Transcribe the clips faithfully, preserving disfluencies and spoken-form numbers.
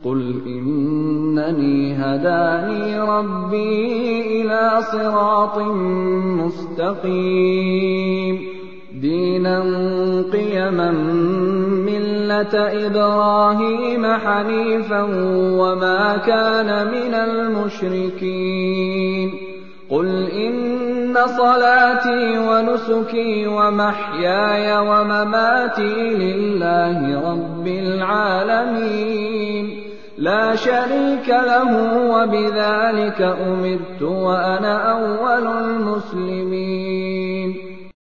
قل إنني هداني ربي إلى صراط مستقيم دينا قيما ملة إبراهيم حنيفا وما كان من المشركين قل إن صلاتي ونسكي ومحياي ومماتي لله رب العالمين لا شريك له وبذلك أمرت وأنا أول المسلمين.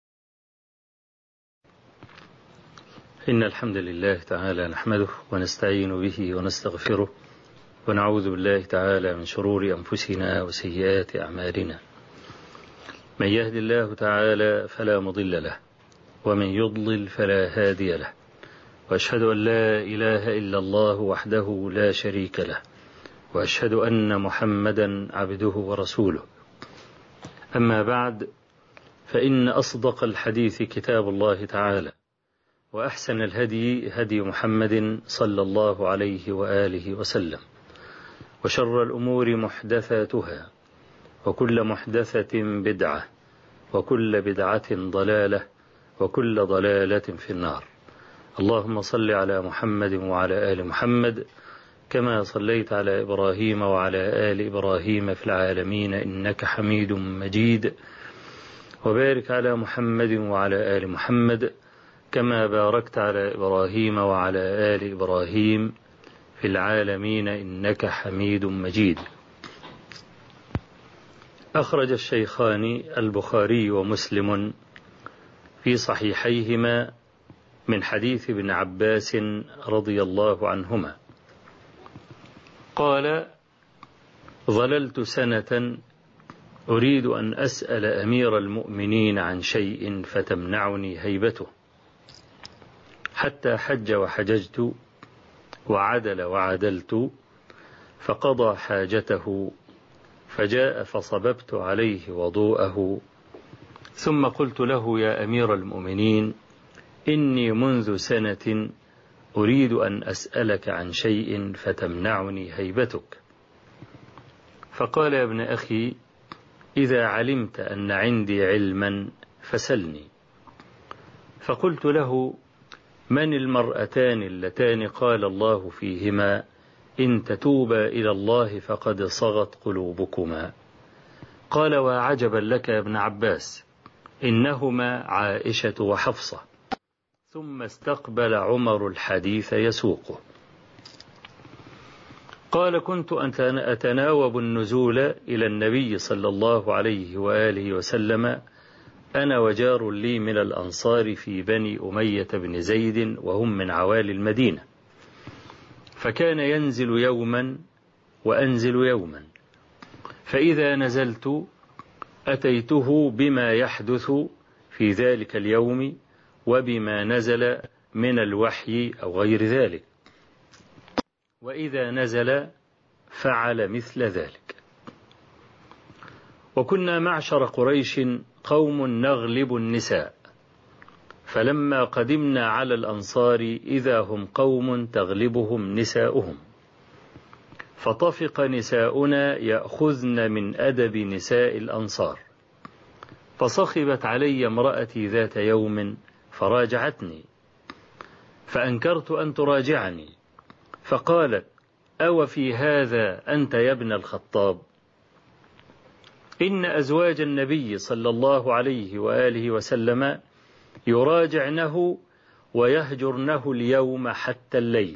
إن الحمد لله تعالى نحمده ونستعين به ونستغفره ونعوذ بالله تعالى من شرور أنفسنا وسيئات أعمالنا. من يهد الله تعالى فلا مضل له ومن يضلل فلا هادي له، وأشهد أن لا إله إلا الله وحده لا شريك له، وأشهد أن محمدا عبده ورسوله. أما بعد، فإن أصدق الحديث كتاب الله تعالى، وأحسن الهدي هدي محمد صلى الله عليه وآله وسلم، وشر الأمور محدثاتها، وكل محدثة بدعة، وكل بدعة ضلالة، وكل ضلالة في النار. اللهم صل على محمد وعلى آل محمد كما صليت على إبراهيم وعلى آل إبراهيم في العالمين إنك حميد مجيد، وبارك على محمد وعلى آل محمد كما باركت على إبراهيم وعلى آل إبراهيم في العالمين إنك حميد مجيد. أخرج الشيخان البخاري ومسلم في صحيحيهما من حديث ابن عباس رضي الله عنهما قال: ظللت سنة أريد أن أسأل أمير المؤمنين عن شيء فتمنعني هيبته، حتى حج وحججت وعدل وعدلت، فقضى حاجته فجاء فصببت عليه وضوءه، ثم قلت له: يا أمير المؤمنين، إني منذ سنة أريد أن أسألك عن شيء فتمنعني هيبتك. فقال: يا ابن أخي، إذا علمت أن عندي علما فسلني. فقلت له: من المرأتان اللتان قال الله فيهما إن تتوبا إلى الله فقد صغت قلوبكما؟ قال: وعجبا لك يا ابن عباس، إنهما عائشة وحفصة. ثم استقبل عمر الحديث يسوقه. قال: كنت أتناوب النزول إلى النبي صلى الله عليه وآله وسلم أنا وجار لي من الأنصار في بني أمية بن زيد، وهم من عوالي المدينة، فكان ينزل يوما وأنزل يوما، فإذا نزلت أتيته بما يحدث في ذلك اليوم وبما نزل من الوحي أو غير ذلك، وإذا نزل فعل مثل ذلك. وكنا معشر قريش قوم نغلب النساء، فلما قدمنا على الأنصار إذا هم قوم تغلبهم نساؤهم، فطفق نساؤنا يأخذن من أدب نساء الأنصار، فصخبت علي امرأتي ذات يوم فراجعتني، فأنكرت أن تراجعني، فقالت: أو في هذا أنت يا ابن الخطاب؟ إن أزواج النبي صلى الله عليه وآله وسلم يراجعنه ويهجرنه اليوم حتى الليل.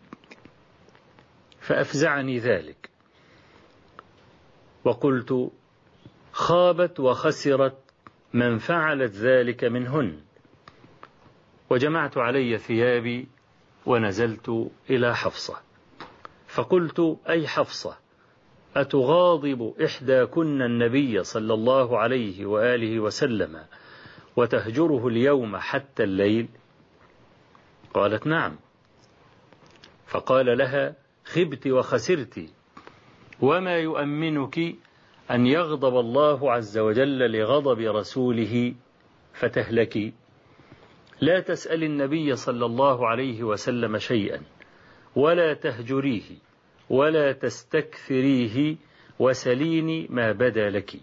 فأفزعني ذلك، وقلت: خابت وخسرت من فعلت ذلك منهن. وجمعت علي ثيابي ونزلت إلى حفصة، فقلت: أي حفصة، أتغاضب إحداكن النبي صلى الله عليه وآله وسلم وتهجره اليوم حتى الليل؟ قالت: نعم. فقال لها: خبت وخسرت، وما يؤمنك أن يغضب الله عز وجل لغضب رسوله فتهلكي. لا تسأل النبي صلى الله عليه وسلم شيئا ولا تهجريه ولا تستكثريه وسليني ما بدا لك.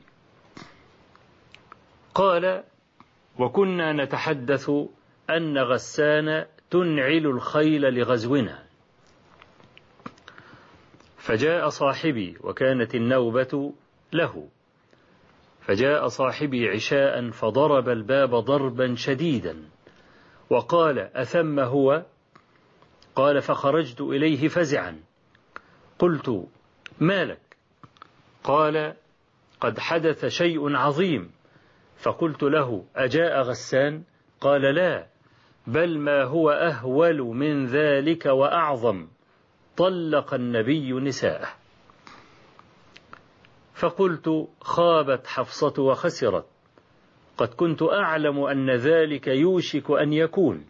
قال: وكنا نتحدث أن غسان تنعل الخيل لغزونا، فجاء صاحبي وكانت النوبة له، فجاء صاحبي عشاء فضرب الباب ضربا شديدا وقال: أثم هو؟ قال: فخرجت إليه فزعا، قلت: ما لك؟ قال: قد حدث شيء عظيم. فقلت له: أجاء غسان؟ قال: لا، بل ما هو أهول من ذلك وأعظم، طلق النبي نساءه. فقلت: خابت حفصة وخسرت، قد كنت أعلم أن ذلك يوشك أن يكون.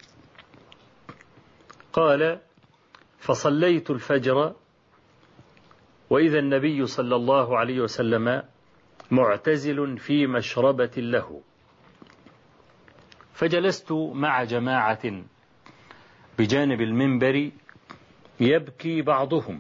قال: فصليت الفجر وإذا النبي صلى الله عليه وسلم معتزل في مشربة له، فجلست مع جماعة بجانب المنبر يبكي بعضهم،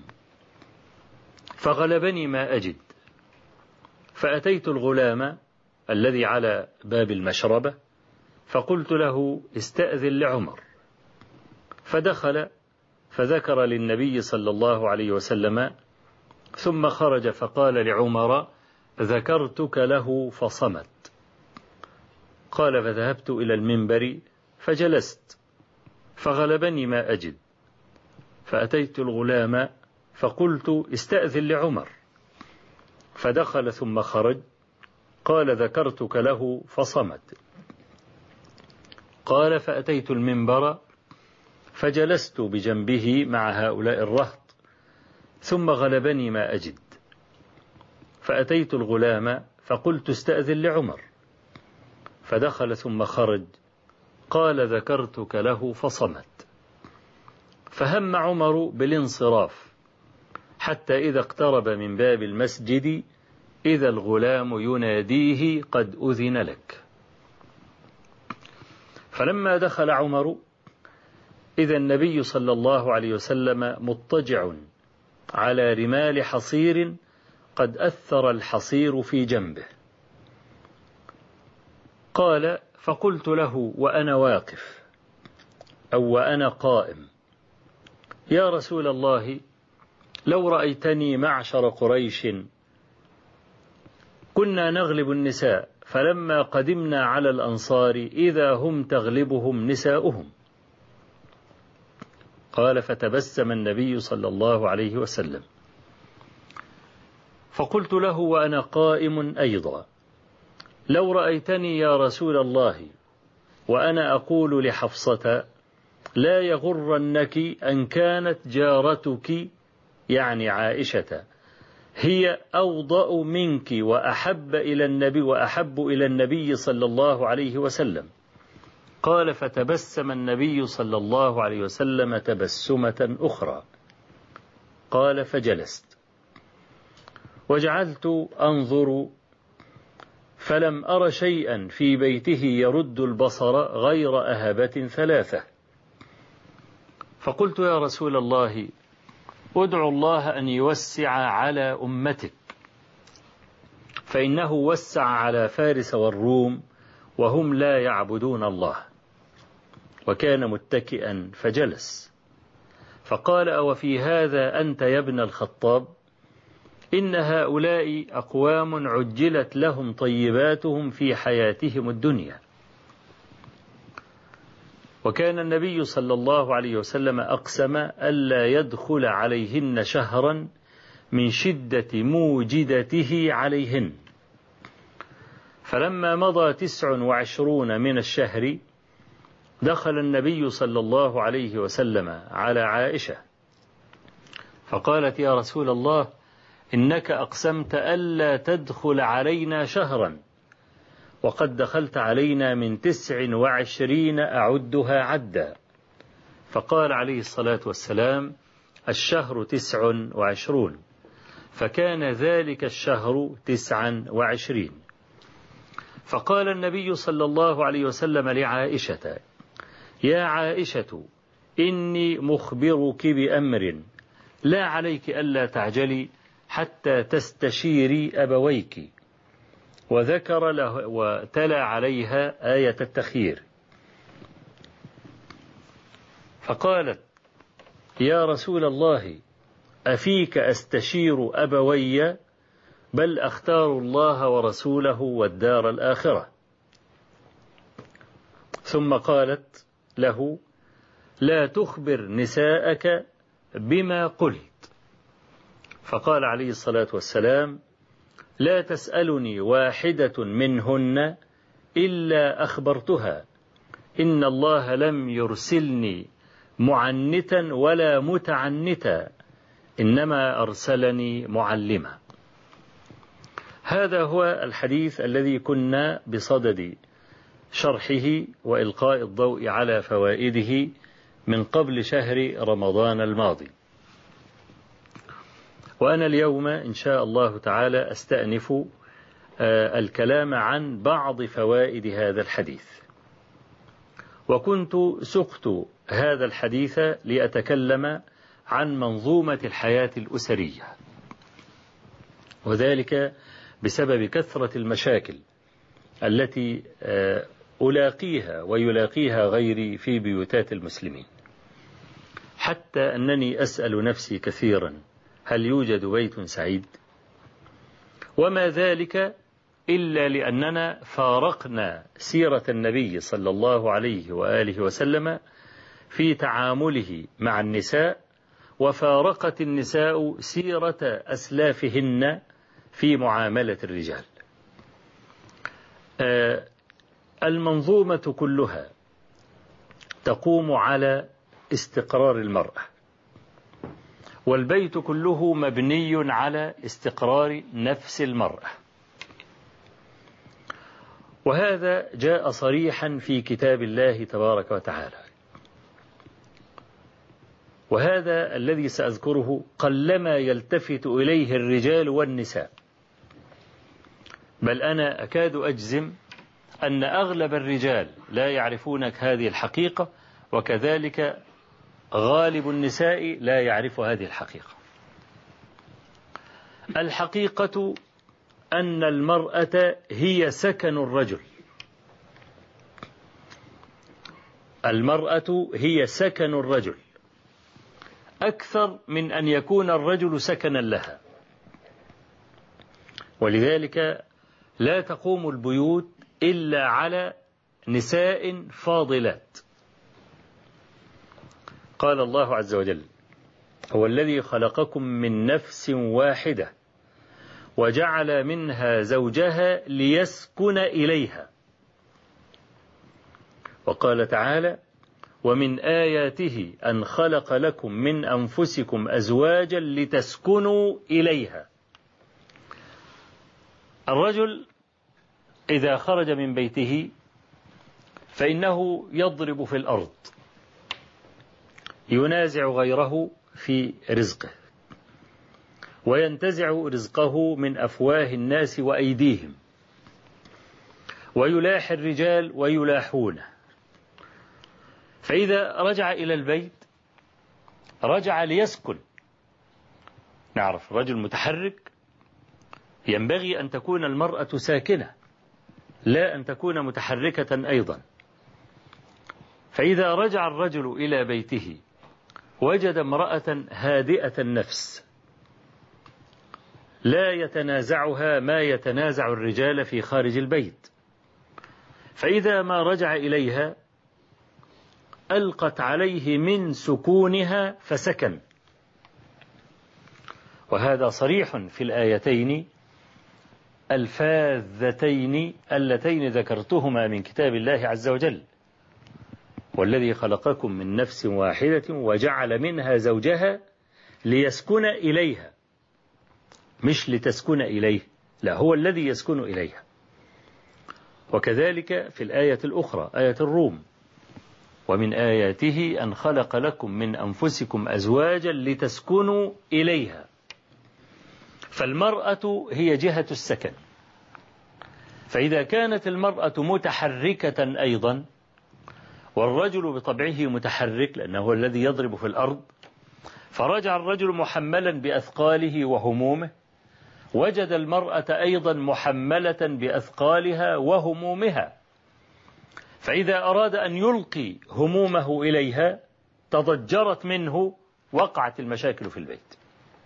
فغلبني ما أجد، فأتيت الغلام الذي على باب المشربة فقلت له: استأذن لعمر. فدخل فذكر للنبي صلى الله عليه وسلم، ثم خرج فقال لعمر: ذكرتك له فصمت. قال: فذهبت إلى المنبر فجلست، فغلبني ما أجد، فأتيت الغلام فقلت: استأذن لعمر. فدخل ثم خرج، قال: ذكرتك له فصمت. قال: فأتيت المنبر فجلست بجنبه مع هؤلاء الرهط، ثم غلبني ما أجد، فأتيت الغلام فقلت: استأذن لعمر. فدخل ثم خرج، قال: ذكرتك له فصمت. فهم عمر بالانصراف، حتى إذا اقترب من باب المسجد إذا الغلام يناديه: قد أذن لك. فلما دخل عمر إذا النبي صلى الله عليه وسلم مضطجع على رمال حصير قد أثر الحصير في جنبه. قال: فقلت له وأنا واقف أو وأنا قائم: يا رسول الله، لو رأيتني معشر قريش كنا نغلب النساء، فلما قدمنا على الأنصار إذا هم تغلبهم نساؤهم. قال: فتبسم النبي صلى الله عليه وسلم. فقلت له وأنا قائم أيضا: لو رأيتني يا رسول الله وأنا أقول لحفصة: لا يغرنك أن كانت جارتك، يعني عائشة، هي أوضأ منك وأحب إلى النبي وأحب إلى النبي صلى الله عليه وسلم. قال: فتبسم النبي صلى الله عليه وسلم تبسمة أخرى. قال: فجلست وجعلت أنظر فلم أر شيئا في بيته يرد البصر غير أهبة ثلاثة. فقلت: يا رسول الله، ادعو الله أن يوسع على أمتك، فإنه وسع على فارس والروم وهم لا يعبدون الله. وكان متكئا فجلس، فقال: أو في هذا أنت يا ابن الخطاب؟ إن هؤلاء أقوام عجلت لهم طيباتهم في حياتهم الدنيا. وكان النبي صلى الله عليه وسلم أقسم ألا يدخل عليهن شهرا من شدة موجدته عليهن. فلما مضى تسع وعشرون من الشهر دخل النبي صلى الله عليه وسلم على عائشة فقالت: يا رسول الله، إنك أقسمت ألا تدخل علينا شهرا، وقد دخلت علينا من تسع وعشرين أعدها عدا. فقال عليه الصلاة والسلام: الشهر تسع وعشرون. فكان ذلك الشهر تسعا وعشرين. فقال النبي صلى الله عليه وسلم لعائشة: يا عائشة، إني مخبرك بأمر لا عليك ألا تعجلي حتى تستشيري أبويك، وذكر له وتلا عليها آية التخيير. فقالت: يا رسول الله، أفيك أستشير أبوي؟ بل أختار الله ورسوله والدار الآخرة. ثم قالت له: لا تخبر نساءك بما قلت. فقال عليه الصلاة والسلام: لا تسألني واحدة منهن إلا أخبرتها، إن الله لم يرسلني معنتا ولا متعنتا، إنما أرسلني معلما. هذا هو الحديث الذي كنا بصدد شرحه وإلقاء الضوء على فوائده من قبل شهر رمضان الماضي. وأنا اليوم إن شاء الله تعالى أستأنف الكلام عن بعض فوائد هذا الحديث. وكنت سقت هذا الحديث لأتكلم عن منظومة الحياة الأسرية، وذلك بسبب كثرة المشاكل التي ألاقيها ويلاقيها غيري في بيوتات المسلمين، حتى أنني أسأل نفسي كثيرا: هل يوجد بيت سعيد؟ وما ذلك إلا لأننا فارقنا سيرة النبي صلى الله عليه وآله وسلم في تعامله مع النساء، وفارقت النساء سيرة أسلافهن في معاملة الرجال. آه المنظومة كلها تقوم على استقرار المرأة، والبيت كله مبني على استقرار نفس المرأة، وهذا جاء صريحا في كتاب الله تبارك وتعالى. وهذا الذي سأذكره قلما يلتفت إليه الرجال والنساء، بل أنا أكاد أجزم أن أغلب الرجال لا يعرفون هذه الحقيقة، وكذلك غالب النساء لا يعرف هذه الحقيقة. الحقيقة أن المرأة هي سكن الرجل، المرأة هي سكن الرجل أكثر من أن يكون الرجل سكنا لها، ولذلك لا تقوم البيوت إلا على نساء فاضلات. قال الله عز وجل: هو الذي خلقكم من نفس واحدة وجعل منها زوجها ليسكن إليها. وقال تعالى: ومن آياته أن خلق لكم من أنفسكم أزواجا لتسكنوا إليها. الرجل إذا خرج من بيته فإنه يضرب في الأرض، ينازع غيره في رزقه، وينتزع رزقه من أفواه الناس وأيديهم، ويلاحي الرجال ويلاحونه. فإذا رجع إلى البيت رجع ليسكن. نعرف رجل متحرك ينبغي أن تكون المرأة ساكنة، لا أن تكون متحركة أيضا. فإذا رجع الرجل إلى بيته وجد امرأة هادئة النفس لا يتنازعها ما يتنازع الرجال في خارج البيت، فإذا ما رجع إليها ألقت عليه من سكونها فسكن. وهذا صريح في الآيتين الفاذتين اللتين ذكرتهما من كتاب الله عز وجل: والذي خلقكم من نفس واحدة وجعل منها زوجها ليسكن إليها، مش لتسكن إليه، لا، هو الذي يسكن إليها. وكذلك في الآية الأخرى آية الروم: ومن آياته أن خلق لكم من أنفسكم أزواجا لتسكنوا إليها. فالمرأة هي جهة السكن، فإذا كانت المرأة متحركة أيضا والرجل بطبعه متحرك لأنه هو الذي يضرب في الأرض، فرجع الرجل محملا بأثقاله وهمومه، وجد المرأة أيضا محملة بأثقالها وهمومها، فإذا أراد أن يلقي همومه إليها تضجرت منه، وقعت المشاكل في البيت.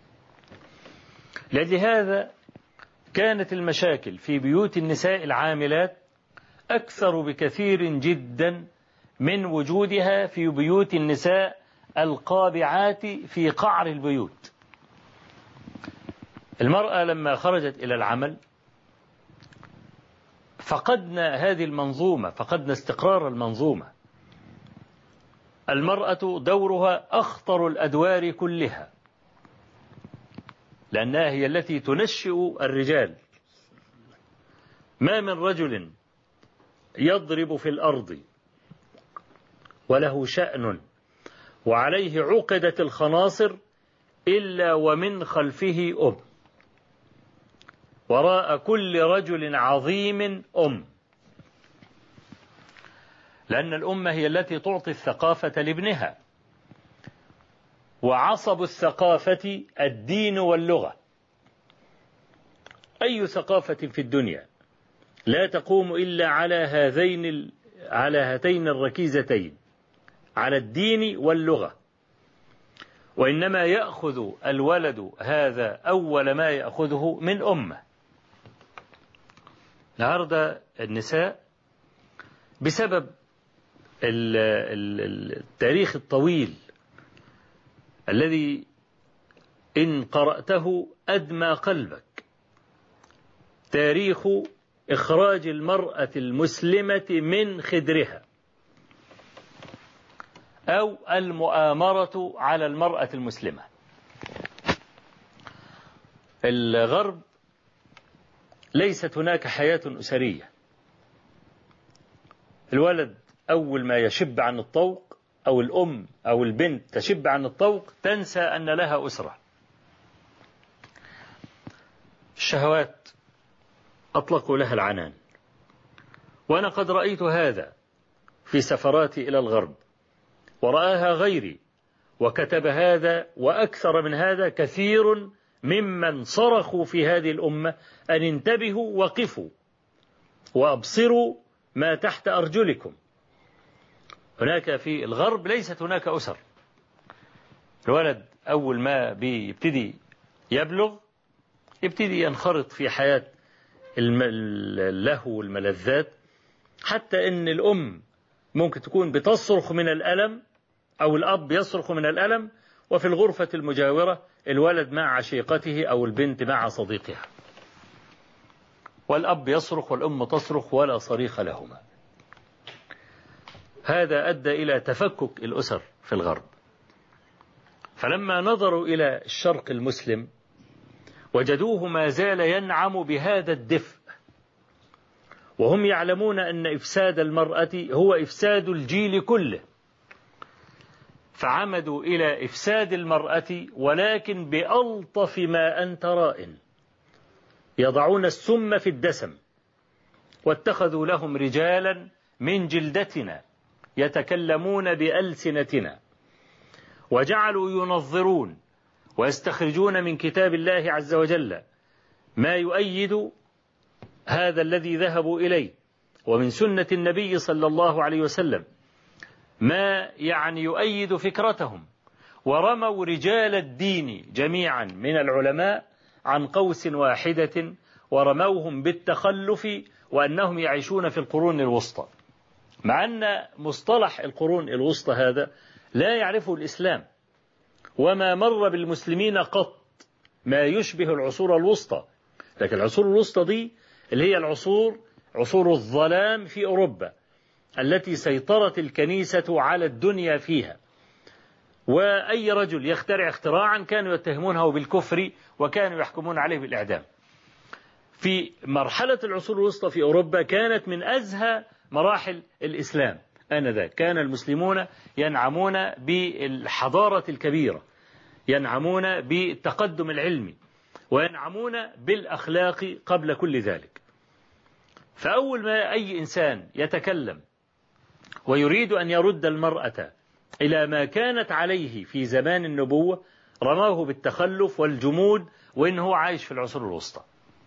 لهذا كانت المشاكل في بيوت النساء العاملات أكثر بكثير جدا من وجودها في بيوت النساء القابعات في قعر البيوت. المرأة لما خرجت إلى العمل فقدنا هذه المنظومة، فقدنا استقرار المنظومة. المرأة دورها أخطر الأدوار كلها، لأنها هي التي تنشئ الرجال. ما من رجل يضرب في الأرض وله شأن وعليه عقدة الخناصر إلا ومن خلفه أم، وراء كل رجل عظيم أم، لأن الأمة هي التي تعطي الثقافة لابنها، وعصب الثقافة الدين واللغة. أي ثقافة في الدنيا لا تقوم إلا على هذين على هاتين الركيزتين، على الدين واللغة. وإنما يأخذ الولد هذا أول ما يأخذه من أمه. النهارده النساء بسبب التاريخ الطويل الذي إن قرأته أدمى قلبك، تاريخ إخراج المرأة المسلمة من خدرها أو المؤامرة على المرأة المسلمة. الغرب ليست هناك حياة أسرية. الولد أول ما يشب عن الطوق، أو الأم أو البنت تشب عن الطوق، تنسى أن لها أسرة. الشهوات أطلقوا لها العنان، وأنا قد رأيت هذا في سفراتي إلى الغرب، ورآها غيري، وكتب هذا وأكثر من هذا كثير ممن صرخوا في هذه الأمة أن انتبهوا وقفوا وأبصروا ما تحت أرجلكم. هناك في الغرب ليست هناك أسر. الولد أول ما بيبتدي يبلغ يبتدي ينخرط في حياة اللهو والملذات، حتى إن الأم ممكن تكون بتصرخ من الألم أو الأب يصرخ من الألم، وفي الغرفة المجاورة الولد مع عشيقته أو البنت مع صديقها، والأب يصرخ والأم تصرخ ولا صريخ لهما. هذا أدى إلى تفكك الأسر في الغرب. فلما نظروا إلى الشرق المسلم وجدوه ما زال ينعم بهذا الدفء، وهم يعلمون أن إفساد المرأة هو إفساد الجيل كله، فعمدوا إلى إفساد المرأة ولكن بألطف ما أنت رائن. يضعون السم في الدسم، واتخذوا لهم رجالا من جلدتنا يتكلمون بألسنتنا، وجعلوا ينظرون ويستخرجون من كتاب الله عز وجل ما يؤيد هذا الذي ذهبوا إليه، ومن سنة النبي صلى الله عليه وسلم ما يعني يؤيد فكرتهم. ورموا رجال الدين جميعا من العلماء عن قوس واحدة، ورموهم بالتخلف وأنهم يعيشون في القرون الوسطى، مع أن مصطلح القرون الوسطى هذا لا يعرفه الإسلام، وما مر بالمسلمين قط ما يشبه العصور الوسطى. لكن العصور الوسطى دي اللي هي العصور عصور الظلام في أوروبا التي سيطرت الكنيسة على الدنيا فيها، وأي رجل يخترع اختراعا كانوا يتهمونه بالكفر وكانوا يحكمون عليه بالإعدام. في مرحلة العصور الوسطى في أوروبا كانت من أزهى مراحل الإسلام آنذاك. كان المسلمون ينعمون بالحضارة الكبيرة، ينعمون بالتقدم العلمي، وينعمون بالأخلاق قبل كل ذلك. فأول ما أي إنسان يتكلم ويريد أن يرد المرأة إلى ما كانت عليه في زمان النبوة، رماه بالتخلف والجمود، وإن هو عايش في العصور الوسطى.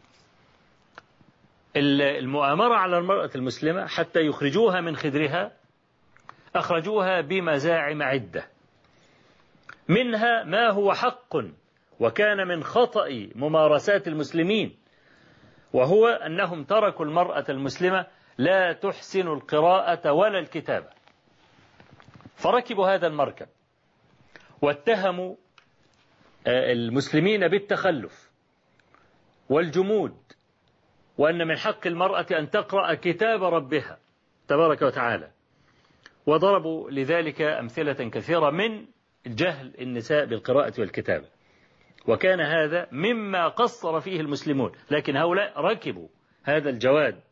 المؤامرة على المرأة المسلمة حتى يخرجوها من خدرها أخرجوها بمزاعم عدة، منها ما هو حق وكان من خطأ ممارسات المسلمين، وهو أنهم تركوا المرأة المسلمة لا تحسن القراءة ولا الكتابة، فركبوا هذا المركب واتهموا المسلمين بالتخلف والجمود، وأن من حق المرأة أن تقرأ كتاب ربها تبارك وتعالى، وضربوا لذلك أمثلة كثيرة من جهل النساء بالقراءة والكتابة، وكان هذا مما قصر فيه المسلمون. لكن هؤلاء ركبوا هذا الجواد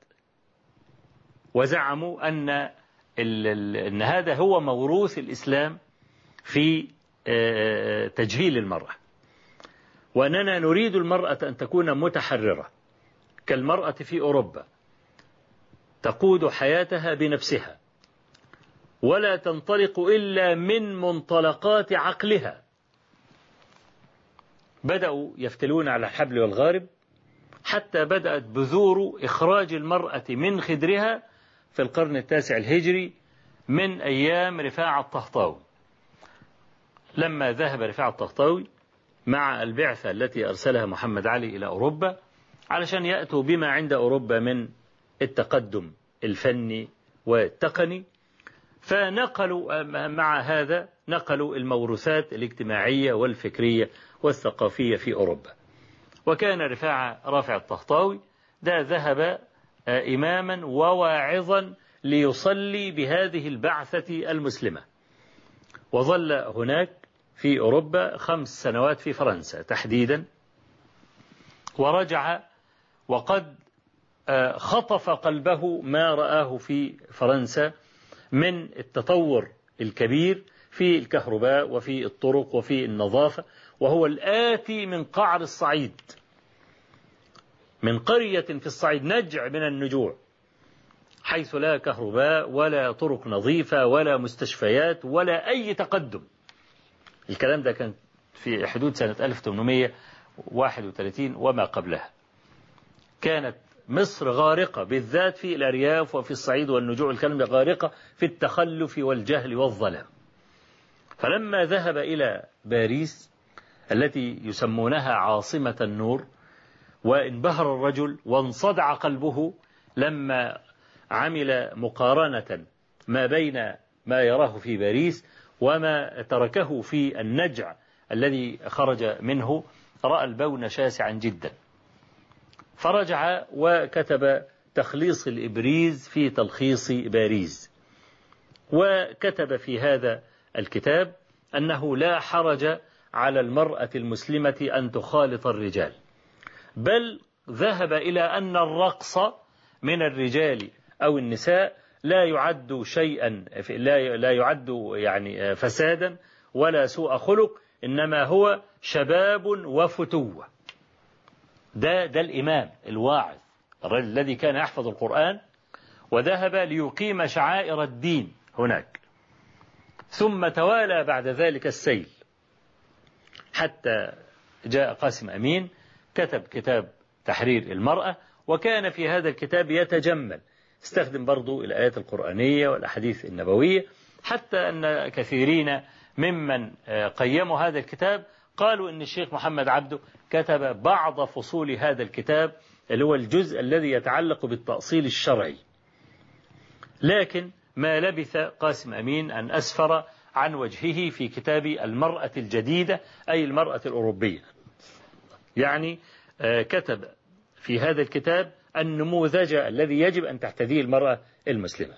وزعموا أن, أن هذا هو موروث الإسلام في تجهيل المرأة، وأننا نريد المرأة أن تكون متحررة كالمرأة في أوروبا، تقود حياتها بنفسها ولا تنطلق إلا من منطلقات عقلها. بدأوا يفتلون على الحبل والغارب حتى بدأت بذور إخراج المرأة من خدرها في القرن التاسع الهجري من أيام رفاعة الطهطاوي، لما ذهب رفاعة الطهطاوي مع البعثة التي أرسلها محمد علي إلى أوروبا علشان يأتوا بما عند أوروبا من التقدم الفني والتقني، فنقلوا مع هذا نقلوا الموروثات الاجتماعية والفكرية والثقافية في أوروبا. وكان رفاعة رافع الطهطاوي ده ذهب إماما وواعظا ليصلي بهذه البعثة المسلمة، وظل هناك في أوروبا خمس سنوات في فرنسا تحديدا، ورجع وقد خطف قلبه ما رآه في فرنسا من التطور الكبير في الكهرباء وفي الطرق وفي النظافة، وهو الآتي من قعر الصعيد، من قرية في الصعيد نجع من النجوع، حيث لا كهرباء ولا طرق نظيفة ولا مستشفيات ولا أي تقدم. الكلام ده كان في حدود سنة ألف وثمانمائة وواحد وثلاثين وما قبلها. كانت مصر غارقة بالذات في الأرياف وفي الصعيد والنجوع، الكلام ده غارقة في التخلف والجهل والظلام. فلما ذهب إلى باريس التي يسمونها عاصمة النور، وانبهر الرجل وانصدع قلبه لما عمل مقارنة ما بين ما يراه في باريس وما تركه في النجع الذي خرج منه، رأى البون شاسعا جدا، فرجع وكتب تخليص الإبريز في تلخيص باريس، وكتب في هذا الكتاب أنه لا حرج على المرأة المسلمة أن تخالط الرجال، بل ذهب إلى أن الرقص من الرجال أو النساء لا يعد شيئا، لا يعد يعني فسادا ولا سوء خلق، إنما هو شباب وفتوة. ده ده الإمام الواعظ الرجل الذي كان يحفظ القرآن وذهب ليقيم شعائر الدين هناك، ثم توالى بعد ذلك السيل حتى جاء قاسم أمين كتب كتاب تحرير المرأة، وكان في هذا الكتاب يتجمل، استخدم برضو الآيات القرآنية والأحاديث النبوية، حتى أن كثيرين ممن قيموا هذا الكتاب قالوا أن الشيخ محمد عبده كتب بعض فصول هذا الكتاب اللي هو الجزء الذي يتعلق بالتأصيل الشرعي. لكن ما لبث قاسم أمين أن أسفر عن وجهه في كتاب المرأة الجديدة، أي المرأة الأوروبية، يعني كتب في هذا الكتاب النموذج الذي يجب أن تحتذيه المرأة المسلمة.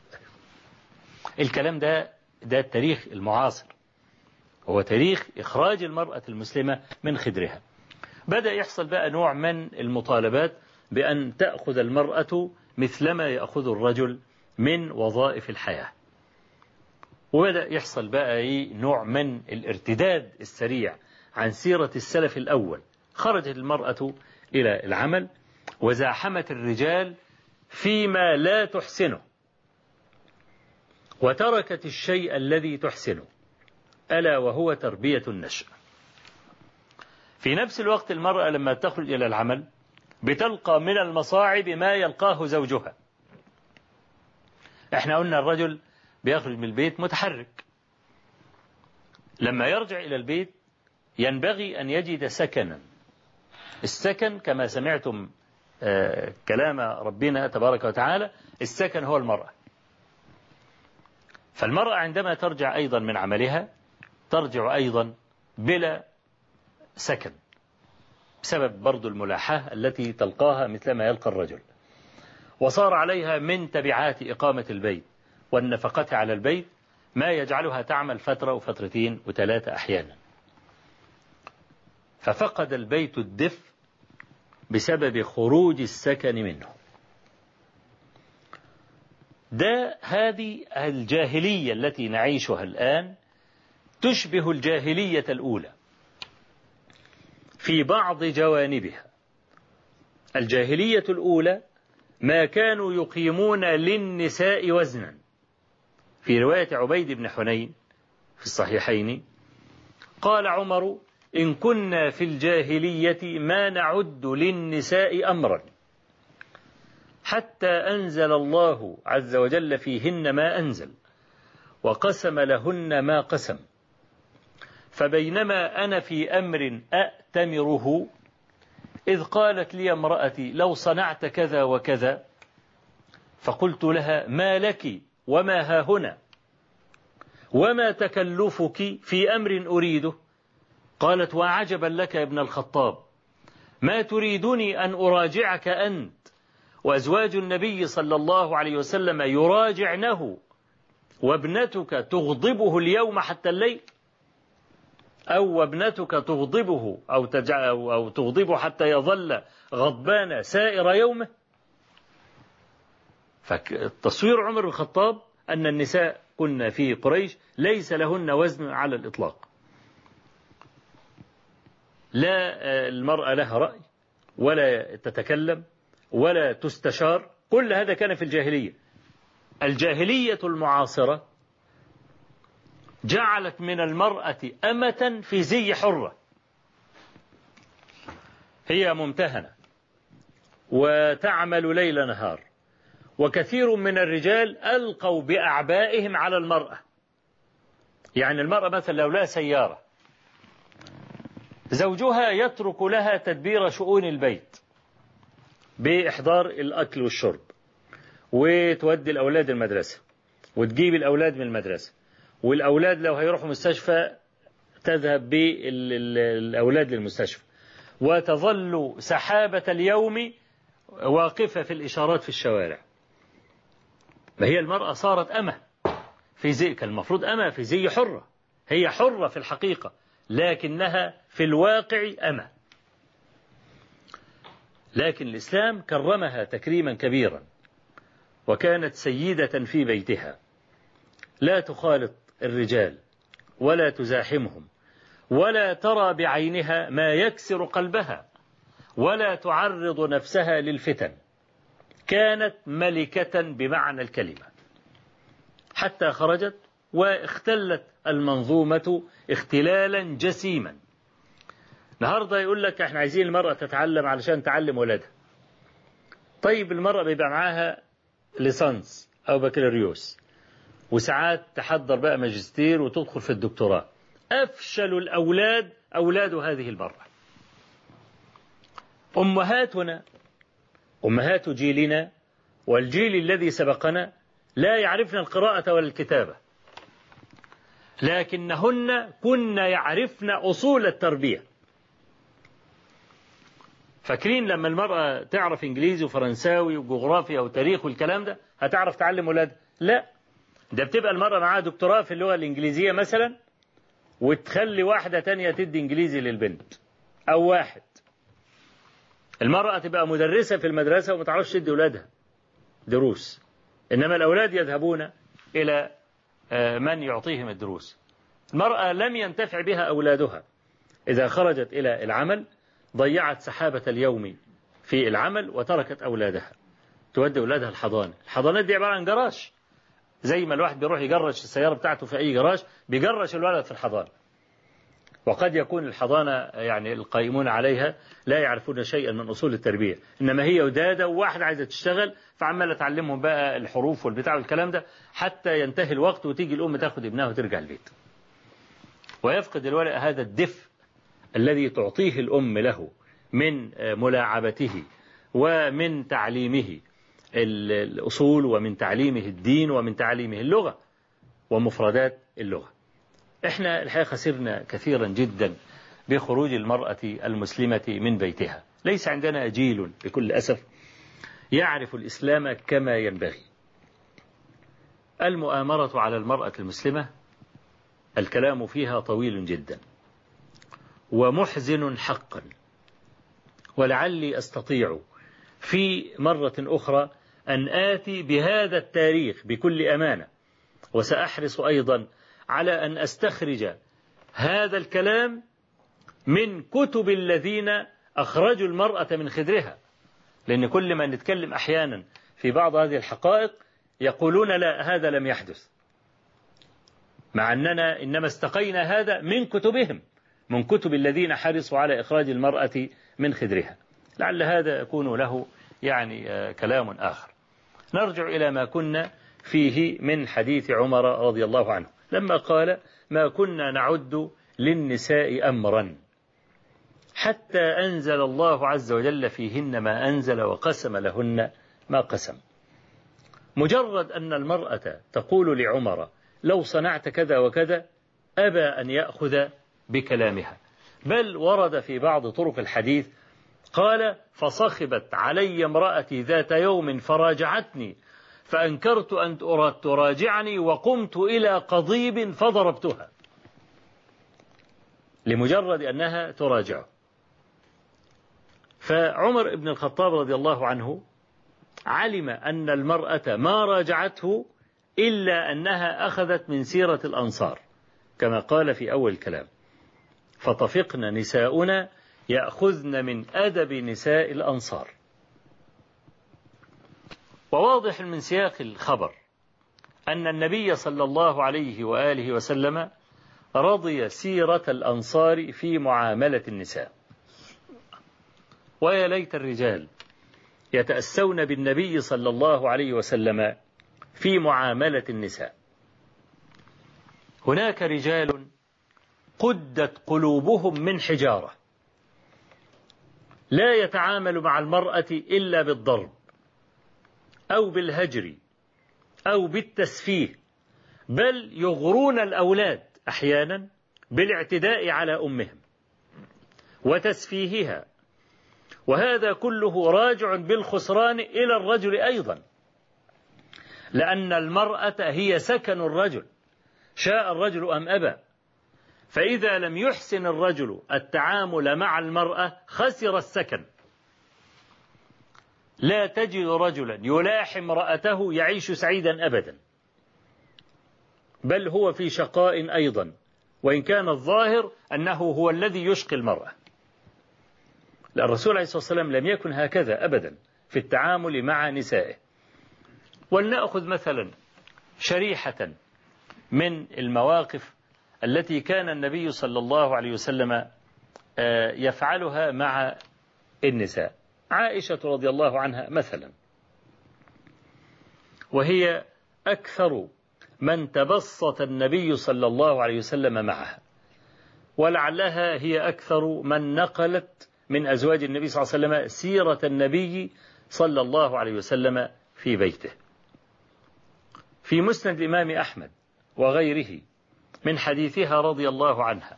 الكلام ده ده التاريخ المعاصر، هو تاريخ إخراج المرأة المسلمة من خدرها. بدأ يحصل بقى نوع من المطالبات بأن تأخذ المرأة مثلما يأخذ الرجل من وظائف الحياة، وبدأ يحصل بقى نوع من الارتداد السريع عن سيرة السلف الأول. خرجت المرأة إلى العمل وزاحمت الرجال فيما لا تحسنه، وتركت الشيء الذي تحسنه، ألا وهو تربية النشء. في نفس الوقت المرأة لما تخرج إلى العمل بتلقى من المصاعب ما يلقاه زوجها. احنا قلنا الرجل بيخرج من البيت متحرك، لما يرجع إلى البيت ينبغي أن يجد سكنا. السكن كما سمعتم آه كلام ربنا تبارك وتعالى، السكن هو المرأة. فالمرأة عندما ترجع أيضا من عملها ترجع أيضا بلا سكن، بسبب برضو الملاحة التي تلقاها مثلما يلقى الرجل. وصار عليها من تبعات إقامة البيت والنفقة على البيت ما يجعلها تعمل فترة وفترتين وثلاثة أحيانا، ففقد البيت الدفء بسبب خروج السكن منه. ده هذه الجاهلية التي نعيشها الآن تشبه الجاهلية الأولى في بعض جوانبها. الجاهلية الأولى ما كانوا يقيمون للنساء وزنا. في رواية عبيد بن حنين في الصحيحين قال عمر: إن كنا في الجاهلية ما نعد للنساء أمرا حتى أنزل الله عز وجل فيهن ما أنزل وقسم لهن ما قسم، فبينما أنا في أمر أأتمره إذ قالت لي امرأتي لو صنعت كذا وكذا، فقلت لها: ما لك وما ها هنا وما تكلفك في أمر أريده؟ قالت: وعجبا لك يا ابن الخطاب، ما تريدني أن أراجعك أنت وأزواج النبي صلى الله عليه وسلم يراجعنه وابنتك تغضبه اليوم حتى الليل، أو ابنتك تغضبه أو, أو تغضبه حتى يظل غضبان سائر يومه. فتصوير عمر الخطاب أن النساء كنا في قريش ليس لهن وزن على الإطلاق، لا المرأة لها رأي ولا تتكلم ولا تستشار، كل هذا كان في الجاهلية. الجاهلية المعاصرة جعلت من المرأة أمة في زي حرة، هي ممتهنة وتعمل ليل نهار، وكثير من الرجال ألقوا بأعبائهم على المرأة. يعني المرأة مثلا لو لها سيارة زوجها يترك لها تدبير شؤون البيت بإحضار الأكل والشرب، وتودي الأولاد المدرسة وتجيب الأولاد من المدرسة، والأولاد لو هيروحوا مستشفى تذهب بالأولاد للمستشفى، وتظل سحابة اليوم واقفة في الإشارات في الشوارع. ما هي المرأة صارت أمة في زي، كان المفروض أمة في زي حرة، هي حرة في الحقيقة لكنها في الواقع أمة. لكن الإسلام كرمها تكريما كبيرا، وكانت سيدة في بيتها، لا تخالط الرجال ولا تزاحمهم ولا ترى بعينها ما يكسر قلبها ولا تعرض نفسها للفتن. كانت ملكة بمعنى الكلمة، حتى خرجت واختلت المنظومة اختلالا جسيما. النهارده يقول لك احنا عايزين المرأة تتعلم علشان تعلم ولادها. طيب المرأة بيبقى معاها ليسانس أو بكالوريوس، وساعات تحضر بقى ماجستير وتدخل في الدكتوراه. أفشل الأولاد أولاد هذه المرأة. أمهاتنا أمهات جيلنا والجيل الذي سبقنا لا يعرفن القراءة ولا الكتابة، لكنهن كن يعرفن أصول التربية. فاكرين لما المرأة تعرف إنجليزي وفرنساوي وجغرافيا وتاريخ والكلام ده هتعرف تعلم ولادها؟ لا، ده بتبقى المرأة معاها دكتوراه في اللغة الإنجليزية مثلا، وتخلي واحدة تانية تدي إنجليزي للبنت، أو واحد. المرأة تبقى مدرسة في المدرسة وما تعرفش تدي أولادها دروس، إنما الأولاد يذهبون إلى من يعطيهم الدروس. المرأة لم ينتفع بها أولادها، إذا خرجت إلى العمل ضيعت سحابة اليوم في العمل وتركت أولادها، تودي أولادها الحضانة. الحضانات دي عبارة عن جراج، زي ما الواحد بيروح يجرش السيارة بتاعته في أي جراج بيجرش الولد في الحضانة. وقد يكون الحضانة يعني القائمون عليها لا يعرفون شيئا من أصول التربية، إنما هي ودادة وواحد عايزة تشتغل فعمالة تعلمهم بقى الحروف والبتاع والكلام ده حتى ينتهي الوقت وتيجي الأم تاخد ابنها وترجع البيت، ويفقد الولد هذا الدفء الذي تعطيه الأم له من ملاعبته ومن تعليمه الأصول ومن تعليمه الدين ومن تعليمه اللغة ومفردات اللغة. احنا الحقيقة خسرنا كثيرا جدا بخروج المرأة المسلمة من بيتها. ليس عندنا جيل بكل أسف يعرف الإسلام كما ينبغي. المؤامرة على المرأة المسلمة الكلام فيها طويل جدا ومحزن حقا، ولعلي أستطيع في مرة أخرى أن آتي بهذا التاريخ بكل أمانة، وسأحرص أيضا على أن أستخرج هذا الكلام من كتب الذين أخرجوا المرأة من خدرها، لأن كل ما نتكلم أحيانا في بعض هذه الحقائق يقولون لا هذا لم يحدث، مع أننا إنما استقينا هذا من كتبهم، من كتب الذين حرصوا على إخراج المرأة من خدرها. لعل هذا يكون له يعني كلام آخر. نرجع إلى ما كنا فيه من حديث عمر رضي الله عنه لما قال ما كنا نعد للنساء أمرا حتى أنزل الله عز وجل فيهن ما أنزل وقسم لهن ما قسم. مجرد أن المرأة تقول لعمر لو صنعت كذا وكذا أبى أن يأخذ بكلامها، بل ورد في بعض طرق الحديث قال فصخبت علي امرأتي ذات يوم فراجعتني فأنكرت أن تراجعني وقمت إلى قضيب فضربتها، لمجرد أنها تراجعه. فعمر بن الخطاب رضي الله عنه علم أن المرأة ما راجعته إلا أنها أخذت من سيرة الأنصار كما قال في أول الكلام فطفقن نساؤنا يأخذن من أدب نساء الأنصار. وواضح من سياق الخبر أن النبي صلى الله عليه وآله وسلم رضي سيرة الأنصار في معاملة النساء. ويا ليت الرجال يتأسون بالنبي صلى الله عليه وسلم في معاملة النساء. هناك رجال قدت قلوبهم من حجارة لا يتعامل مع المرأة إلا بالضرب أو بالهجر أو بالتسفيه، بل يغرون الأولاد أحيانا بالاعتداء على أمهم وتسفيهها، وهذا كله راجع بالخسران إلى الرجل أيضا، لأن المرأة هي سكن الرجل شاء الرجل أم أبى. فإذا لم يحسن الرجل التعامل مع المرأة خسر السكن. لا تجد رجلا يلاحم امرأته يعيش سعيدا أبدا، بل هو في شقاء أيضا، وإن كان الظاهر أنه هو الذي يشقي المرأة. لأن الرسول عليه الصلاة والسلام لم يكن هكذا أبدا في التعامل مع نسائه. ولنأخذ مثلا شريحة من المواقف التي كان النبي صلى الله عليه وسلم يفعلها مع النساء. عائشة رضي الله عنها مثلا، وهي أكثر من تبسط النبي صلى الله عليه وسلم معها، ولعلها هي أكثر من نقلت من أزواج النبي صلى الله عليه وسلم سيرة النبي صلى الله عليه وسلم في بيته. في مسند الإمام أحمد وغيره من حديثها رضي الله عنها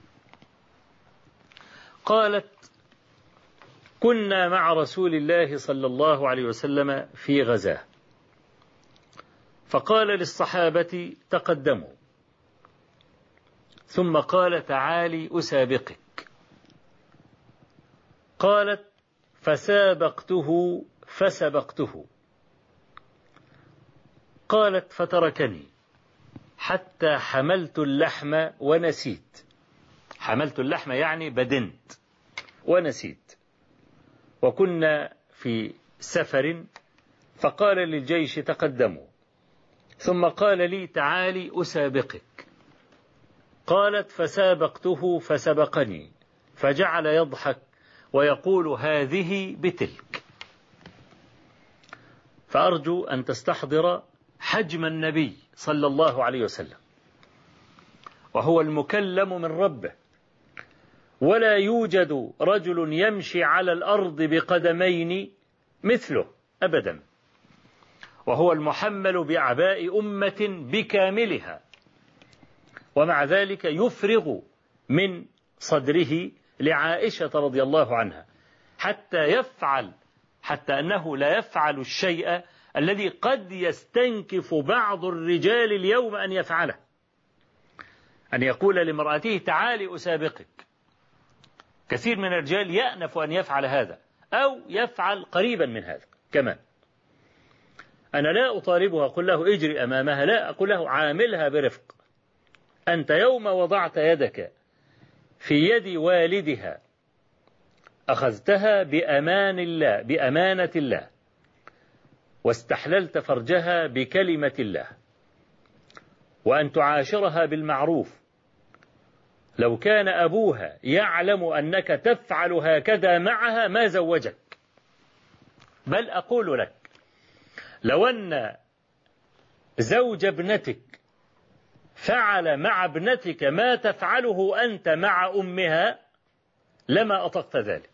قالت كنا مع رسول الله صلى الله عليه وسلم في غزاه، فقال للصحابة تقدموا، ثم قال تعالي أسابقك. قالت فسابقته فسبقته. قالت فتركني حتى حملت اللحم ونسيت. حملت اللحم يعني بدنت ونسيت. وكنا في سفر فقال للجيش تقدموا، ثم قال لي تعالي أسابقك. قالت فسابقته فسبقني، فجعل يضحك ويقول هذه بتلك. فأرجو أن تستحضر حجم النبي صلى الله عليه وسلم، وهو المكلم من ربه، ولا يوجد رجل يمشي على الأرض بقدمين مثله أبدا، وهو المحمل بأعباء أمة بكاملها، ومع ذلك يفرغ من صدره لعائشة رضي الله عنها حتى يفعل حتى أنه لا يفعل الشيء الذي قد يستنكف بعض الرجال اليوم أن يفعله، أن يقول لامرأته تعالي أسابقك. كثير من الرجال يأنف أن يفعل هذا أو يفعل قريبا من هذا كمان. أنا لا أطالبها أقول له اجري أمامها، لا، أقول له عاملها برفق. أنت يوم وضعت يدك في يد والدها أخذتها بأمان الله بأمانة الله، واستحللت فرجها بكلمة الله، وأن تعاشرها بالمعروف. لو كان أبوها يعلم أنك تفعل هكذا معها ما زوجك. بل أقول لك لو أن زوج ابنتك فعل مع ابنتك ما تفعله أنت مع أمها لما أطقت ذلك.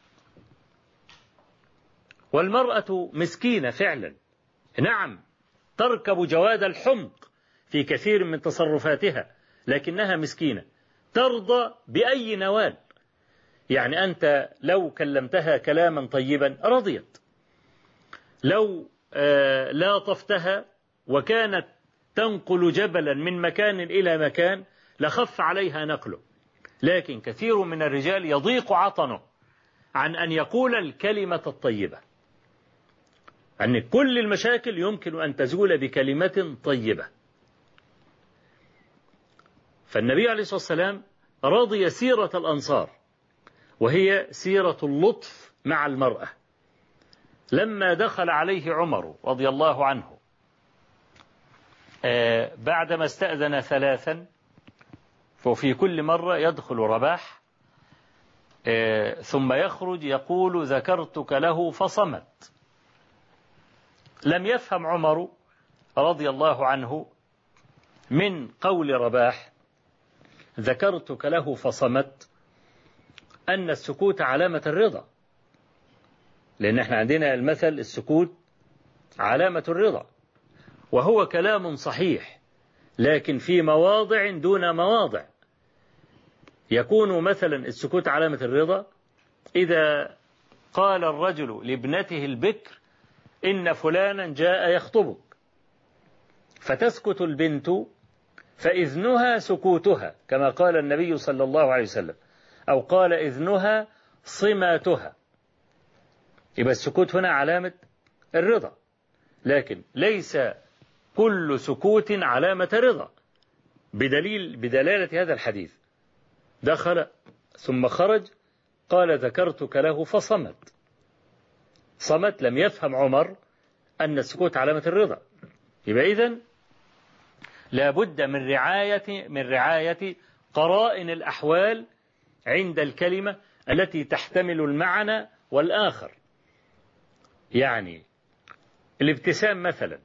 والمرأة مسكينة فعلا، نعم تركب جواد الحمق في كثير من تصرفاتها، لكنها مسكينة ترضى بأي نوال. يعني أنت لو كلمتها كلاما طيبا رضيت، لو آه لاطفتها وكانت تنقل جبلا من مكان إلى مكان لخف عليها نقله. لكن كثير من الرجال يضيق عطنه عن أن يقول الكلمة الطيبة، أن كل المشاكل يمكن أن تزول بكلمة طيبة. فالنبي عليه الصلاة والسلام رضي سيرة الأنصار، وهي سيرة اللطف مع المرأة. لما دخل عليه عمر رضي الله عنه آه بعدما استأذن ثلاثا، وفي كل مرة يدخل رباح آه ثم يخرج يقول ذكرتك له فصمت. لم يفهم عمر رضي الله عنه من قول رباح ذكرتك له فصمت أن السكوت علامة الرضا، لأن احنا عندنا المثل السكوت علامة الرضا، وهو كلام صحيح، لكن في مواضع دون مواضع. يكون مثلا السكوت علامة الرضا إذا قال الرجل لابنته البكر إن فلانا جاء يخطبك، فتسكت البنت فإذنها سكوتها كما قال النبي صلى الله عليه وسلم، أو قال إذنها صماتها. يبقى السكوت هنا علامة الرضا، لكن ليس كل سكوت علامة رضا، بدليل بدلالة هذا الحديث. دخل ثم خرج قال ذكرتك له فصمت. صمت، لم يفهم عمر أن السكوت علامة الرضا. يبقى إذن لا بد من رعاية من رعاية قرائن الأحوال عند الكلمة التي تحتمل المعنى والآخر. يعني الابتسام مثلا،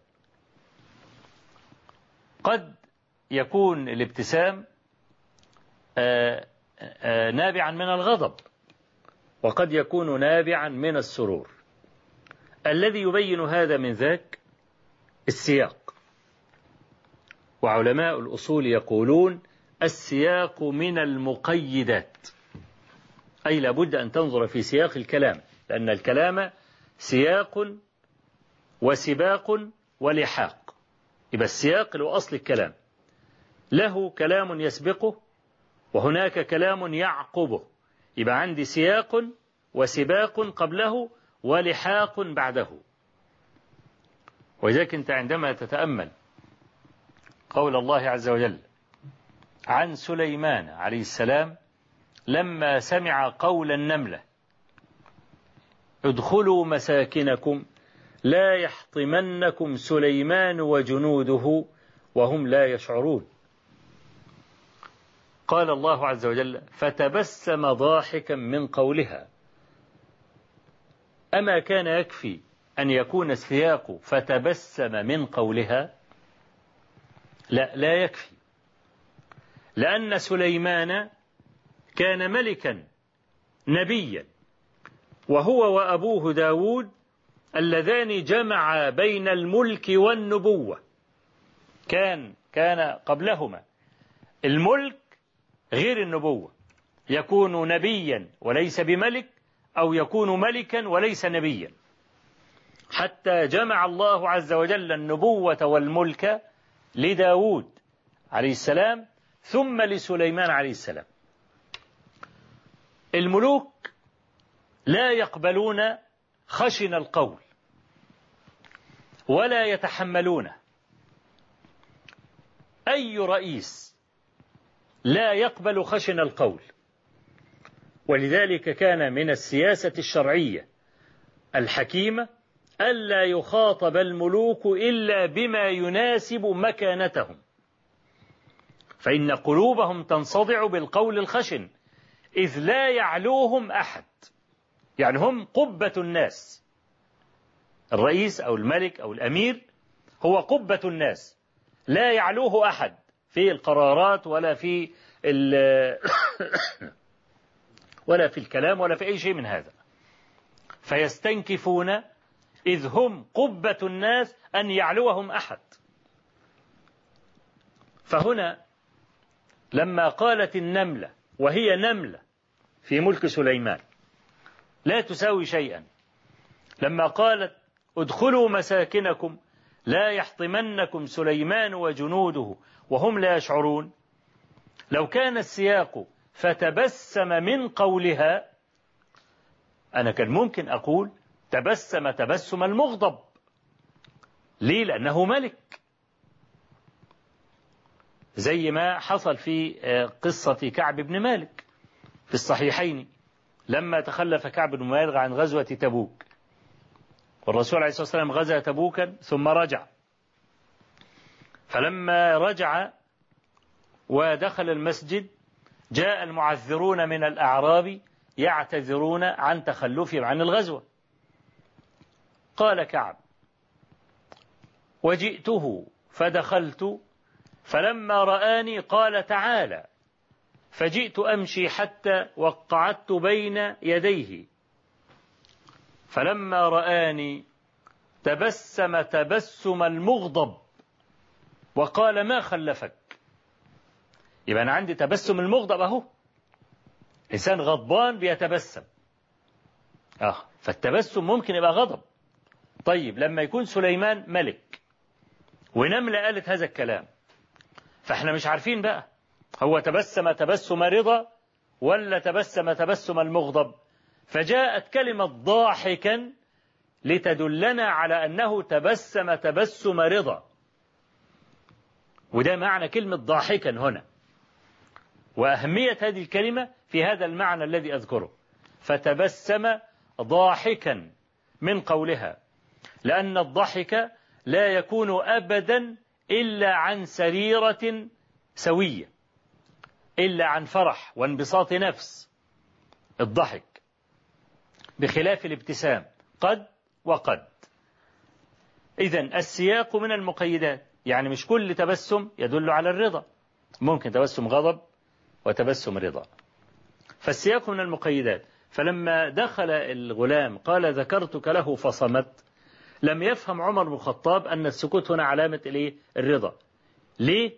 قد يكون الابتسام آآ آآ نابعا من الغضب، وقد يكون نابعا من السرور. الذي يبين هذا من ذاك السياق، وعلماء الأصول يقولون السياق من المقيدات، أي لابد أن تنظر في سياق الكلام، لأن الكلام سياق وسباق ولحاق. يبقى السياق له أصل الكلام، له كلام يسبقه وهناك كلام يعقبه. يبقى عندي سياق وسباق قبله ولحاق بعده. وذلك أنت عندما تتأمل قول الله عز وجل عن سليمان عليه السلام لما سمع قول النملة ادخلوا مساكنكم لا يحطمنكم سليمان وجنوده وهم لا يشعرون. قال الله عز وجل فتبسم ضاحكا من قولها. أما كان يكفي أن يكون السياق فتبسم من قولها؟ لا، لا يكفي، لأن سليمان كان ملكا نبيا، وهو وأبوه داود اللذان جمعا بين الملك والنبوة. كان كان قبلهما الملك غير النبوة، يكون نبيا وليس بملك، أو يكون ملكا وليس نبيا، حتى جمع الله عز وجل النبوة والملك لداود عليه السلام ثم لسليمان عليه السلام. الملوك لا يقبلون خشن القول ولا يتحملونه. أي رئيس لا يقبل خشن القول، ولذلك كان من السياسة الشرعية الحكيمة ألا يخاطب الملوك إلا بما يناسب مكانتهم، فإن قلوبهم تنصدع بالقول الخشن إذ لا يعلوهم أحد. يعني هم قبة الناس، الرئيس أو الملك أو الأمير هو قبة الناس، لا يعلوه أحد في القرارات ولا في ولا في الكلام ولا في أي شيء من هذا، فيستنكفون إذ هم قبة الناس أن يعلوهم أحد. فهنا لما قالت النملة وهي نملة في ملك سليمان لا تساوي شيئا، لما قالت ادخلوا مساكنكم لا يحطمنكم سليمان وجنوده وهم لا يشعرون، لو كان السياق فتبسم من قولها أنا كان ممكن أقول تبسم تبسم المغضب. ليه؟ لأنه ملك، زي ما حصل في قصة كعب بن مالك في الصحيحين لما تخلف كعب بن مالك عن غزوة تبوك، والرسول عليه الصلاة والسلام غزا تبوكا ثم رجع، فلما رجع ودخل المسجد جاء المعذرون من الأعراب يعتذرون عن تخلفهم عن الغزوة. قال كعب وجئته فدخلت فلما رآني قال تعالى، فجئت أمشي حتى وقعدت بين يديه، فلما رآني تبسم تبسم المغضب وقال ما خلفك. يبقى أنا عندي تبسم المغضب أهو، إنسان غضبان بيتبسم، آه فالتبسم ممكن يبقى غضب. طيب لما يكون سليمان ملك ونملة قالت هذا الكلام، فاحنا مش عارفين بقى هو تبسم تبسم رضا ولا تبسم تبسم المغضب، فجاءت كلمة ضاحكا لتدلنا على أنه تبسم تبسم رضا، وده معنى كلمة ضاحكا هنا، وأهمية هذه الكلمة في هذا المعنى الذي أذكره، فتبسم ضاحكا من قولها، لأن الضحك لا يكون أبدا إلا عن سريرة سوية، إلا عن فرح وانبساط نفس الضحك، بخلاف الابتسام قد وقد. إذن السياق من المقيدات، يعني مش كل تبسم يدل على الرضا، ممكن تبسم غضب وتبسم رضا، فالسياق من المقيدات. فلما دخل الغلام قال ذكرتك له فصمت، لم يفهم عمر بن الخطاب أن السكوت هنا علامة إليه الرضا. ليه؟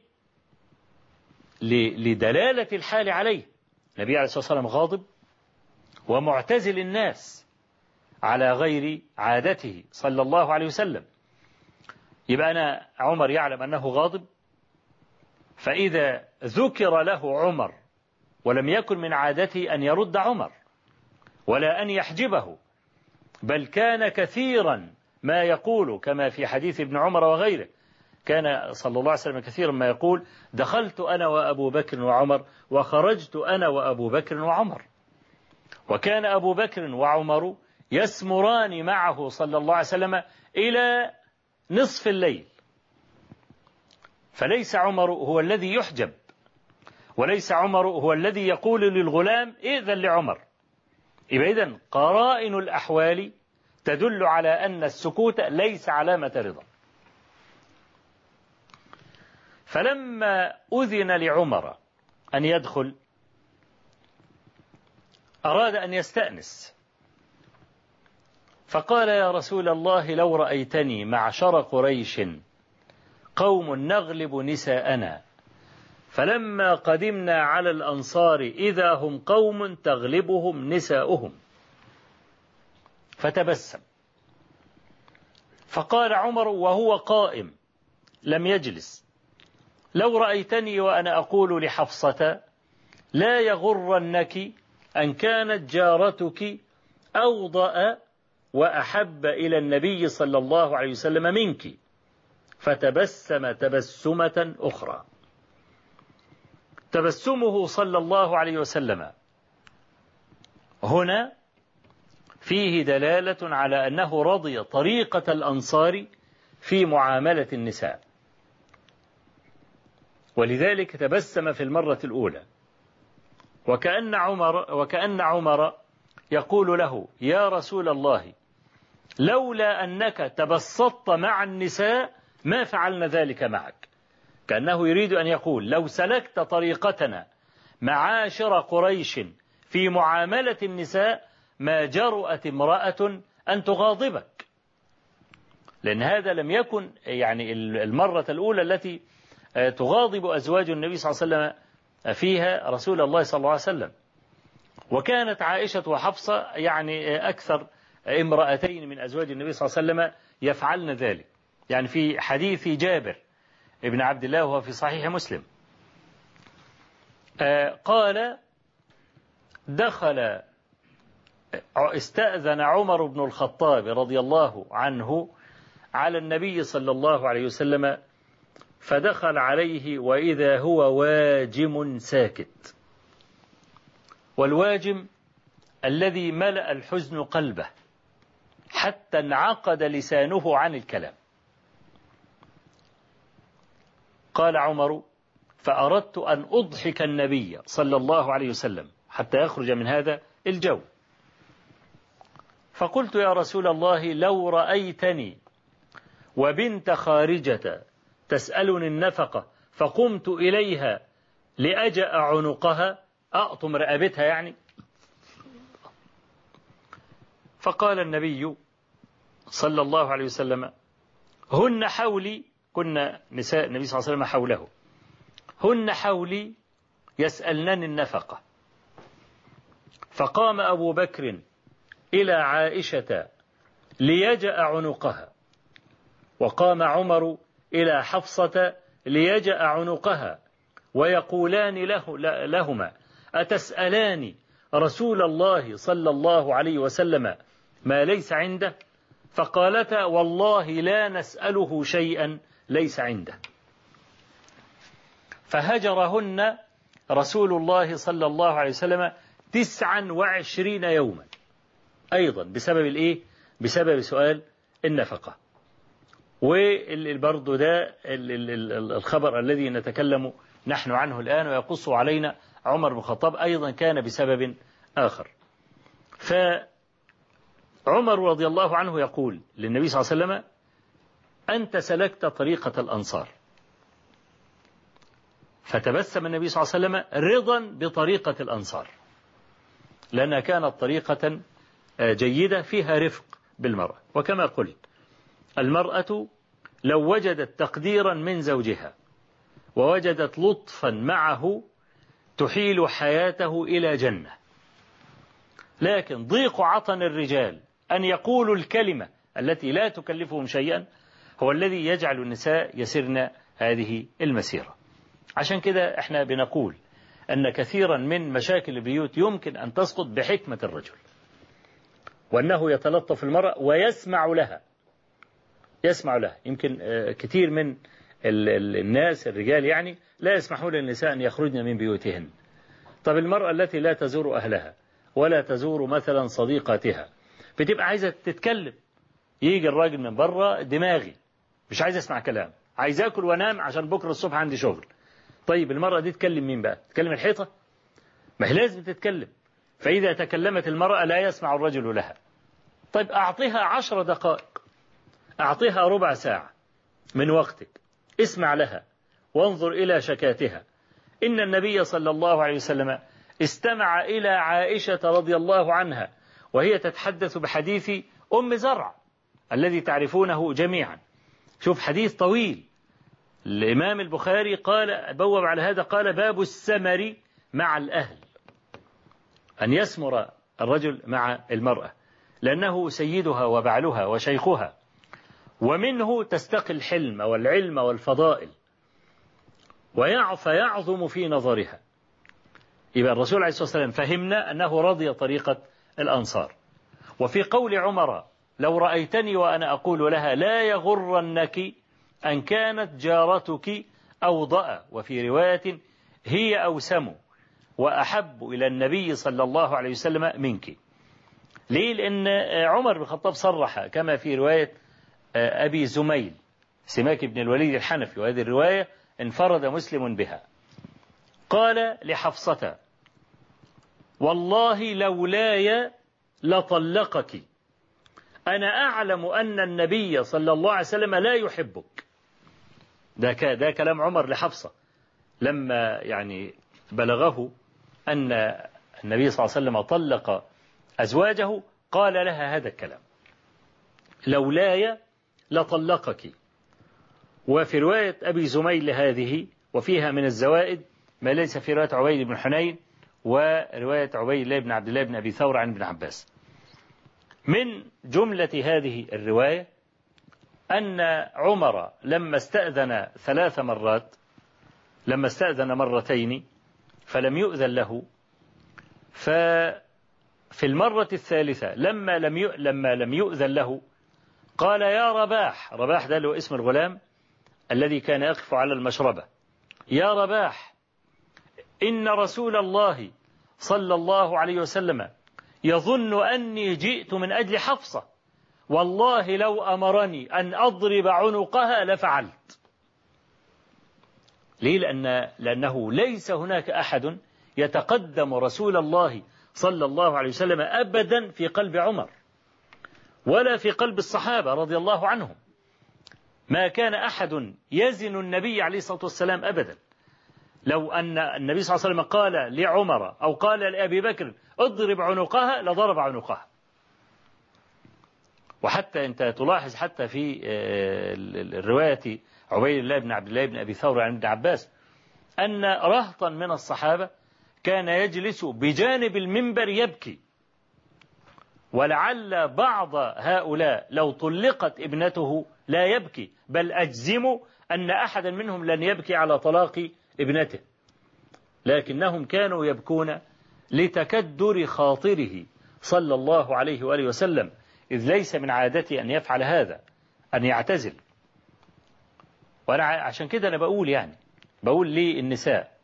لدلالة الحال عليه، النبي عليه الصلاة والسلام غاضب ومعتزل الناس على غير عادته صلى الله عليه وسلم، يبقى أنا عمر يعلم أنه غاضب، فإذا ذكر له عمر ولم يكن من عادته أن يرد عمر ولا أن يحجبه، بل كان كثيرا ما يقول كما في حديث ابن عمر وغيره، كان صلى الله عليه وسلم كثيرا ما يقول دخلت أنا وأبو بكر وعمر وخرجت أنا وأبو بكر وعمر، وكان أبو بكر وعمر يسمران معه صلى الله عليه وسلم إلى نصف الليل. فليس عمر هو الذي يحجب، وليس عمر هو الذي يقول للغلام إذن لعمر. يبقى إذن قرائن الأحوال تدل على أن السكوت ليس علامة رضا. فلما أذن لعمر أن يدخل أراد أن يستأنس، فقال يا رسول الله لو رأيتني معشر قريش قوم نغلب نساءنا، فلما قدمنا على الأنصار إذا هم قوم تغلبهم نساؤهم. فتبسم، فقال عمر وهو قائم لم يجلس لو رأيتني وأنا أقول لحفصة لا يغرنك أن كانت جارتك أوضأ وأحب إلى النبي صلى الله عليه وسلم منك. فتبسم تبسمة أخرى. تبسمه صلى الله عليه وسلم هنا فيه دلالة على أنه رضي طريقة الأنصار في معاملة النساء، ولذلك تبسم في المرة الأولى، وكأن عمر, وكأن عمر يقول له يا رسول الله لولا أنك تبسطت مع النساء ما فعلنا ذلك معك. كأنه يريد أن يقول لو سلكت طريقتنا معاشر قريش في معاملة النساء ما جرأت امرأة أن تغاضبك، لأن هذا لم يكن يعني المرة الأولى التي تغاضب أزواج النبي صلى الله عليه وسلم فيها رسول الله صلى الله عليه وسلم. وكانت عائشة وحفصة يعني أكثر امرأتين من أزواج النبي صلى الله عليه وسلم يفعلن ذلك. يعني في حديث جابر ابن عبد الله وهو في صحيح مسلم قال دخل استأذن عمر بن الخطاب رضي الله عنه على النبي صلى الله عليه وسلم، فدخل عليه وإذا هو واجم ساكت. والواجم الذي ملأ الحزن قلبه حتى انعقد لسانه عن الكلام. قال عمر فأردت أن أضحك النبي صلى الله عليه وسلم حتى يخرج من هذا الجو، فقلت يا رسول الله لو رأيتني وبنت خارجة تسألني النفقة فقمت إليها لأجأ عنقها أأطم رقبتها يعني. فقال النبي صلى الله عليه وسلم هن حولي، كنا نساء النبي صلى الله عليه وسلم حوله، هن حولي يسألنني النفقة. فقام أبو بكر إلى عائشة ليجأ عنقها، وقام عمر إلى حفصة ليجأ عنقها، ويقولان له لهما أتسألان رسول الله صلى الله عليه وسلم ما ليس عنده؟ فقالتا والله لا نسأله شيئا ليس عنده. فهجرهن رسول الله صلى الله عليه وسلم تسعا وعشرين يوما أيضا بسبب الإيه؟ بسبب سؤال النفقة. وبرضو ده الخبر الذي نتكلم نحن عنه الآن ويقص علينا عمر بن الخطاب أيضا كان بسبب آخر. فعمر رضي الله عنه يقول للنبي صلى الله عليه وسلم أنت سلكت طريقة الأنصار. فتبسم النبي صلى الله عليه وسلم رضا بطريقة الأنصار، لأنها كانت طريقة جيدة فيها رفق بالمرأة. وكما قلت المرأة لو وجدت تقديرا من زوجها ووجدت لطفا معه تحيل حياته إلى جنة، لكن ضيق عطن الرجال أن يقولوا الكلمة التي لا تكلفهم شيئا هو الذي يجعل النساء يسرن هذه المسيرة. عشان كده احنا بنقول أن كثيرا من مشاكل البيوت يمكن أن تسقط بحكمة الرجل، وأنه يتلطف المرأة ويسمع لها يسمع لها. يمكن كثير من الناس الرجال يعني لا يسمحون للنساء أن يخرجن من بيوتهن. طب المرأة التي لا تزور أهلها ولا تزور مثلا صديقاتها بتبقى عايزة تتكلم، يجي الراجل من بره دماغي مش عايز اسمع كلام، عايز اكل وانام عشان بكرة الصبح عندي شغل. طيب المرأة دي تكلم مين بقى؟ تكلم الحيطة؟ ما هي لازم تتكلم. فإذا تكلمت المرأة لا يسمع الرجل لها. طيب أعطيها عشر دقائق، أعطيها ربع ساعة من وقتك، اسمع لها وانظر إلى شكاتها. إن النبي صلى الله عليه وسلم استمع إلى عائشة رضي الله عنها وهي تتحدث بحديث أم زرع الذي تعرفونه جميعا. شوف حديث طويل، الإمام البخاري قال بوب على هذا، قال باب السمر مع الأهل، أن يسمر الرجل مع المرأة لأنه سيدها وبعلها وشيخها، ومنه تستقي الحلم والعلم والفضائل ويعظم في نظرها. يبقى الرسول عليه الصلاة والسلام فهمنا أنه رضي طريقة الأنصار. وفي قول عمر لو رأيتني وأنا أقول لها لا يغرنك أن كانت جارتك أوضأ، وفي رواية هي أوسم وأحب إلى النبي صلى الله عليه وسلم منك. ليه؟ لأن عمر بن الخطاب صرح كما في رواية أبي زميل سماك بن الوليد الحنفي، وهذه الرواية انفرد مسلم بها، قال لحفصة والله لولاي لطلقك، أنا أعلم أن النبي صلى الله عليه وسلم لا يحبك. ده, ده كلام عمر لحفصة لما يعني بلغه أن النبي صلى الله عليه وسلم طلق أزواجه، قال لها هذا الكلام لولاي لطلقك. وفي رواية أبي زميل هذه وفيها من الزوائد ما ليس في رواية عبيد بن حنين ورواية عبيد الله بن عبد الله بن أبي ثور عن ابن عباس. من جملة هذه الرواية أن عمر لما استأذن ثلاث مرات، لما استأذن مرتين فلم يؤذن له، ففي المرة الثالثة لما لم لما لم يؤذن له قال يا رباح، رباح ده له اسم الغلام الذي كان يقف على المشربة، يا رباح إن رسول الله صلى الله عليه وسلم يظن أني جئت من أجل حفصة، والله لو أمرني أن أضرب عنقها لفعلت. ليه؟ لأن لأنه ليس هناك أحد يتقدم رسول الله صلى الله عليه وسلم أبدا في قلب عمر ولا في قلب الصحابة رضي الله عنهم. ما كان أحد يزن النبي عليه الصلاة والسلام أبدا. لو أن النبي صلى الله عليه وسلم قال لعمر أو قال لأبي بكر اضرب عنقها لضرب عنقها. وحتى أنت تلاحظ حتى في الرواية عبيد الله بن عبد الله بن أبي ثور عن ابن عباس أن رهطا من الصحابة كان يجلس بجانب المنبر يبكي، ولعل بعض هؤلاء لو طلقت ابنته لا يبكي، بل أجزم أن أحدا منهم لن يبكي على طلاق ابنته، لكنهم كانوا يبكون لتكدر خاطره صلى الله عليه وآله وسلم، إذ ليس من عادته أن يفعل هذا، أن يعتزل. وأنا عشان كده أنا بقول يعني بقول للنساء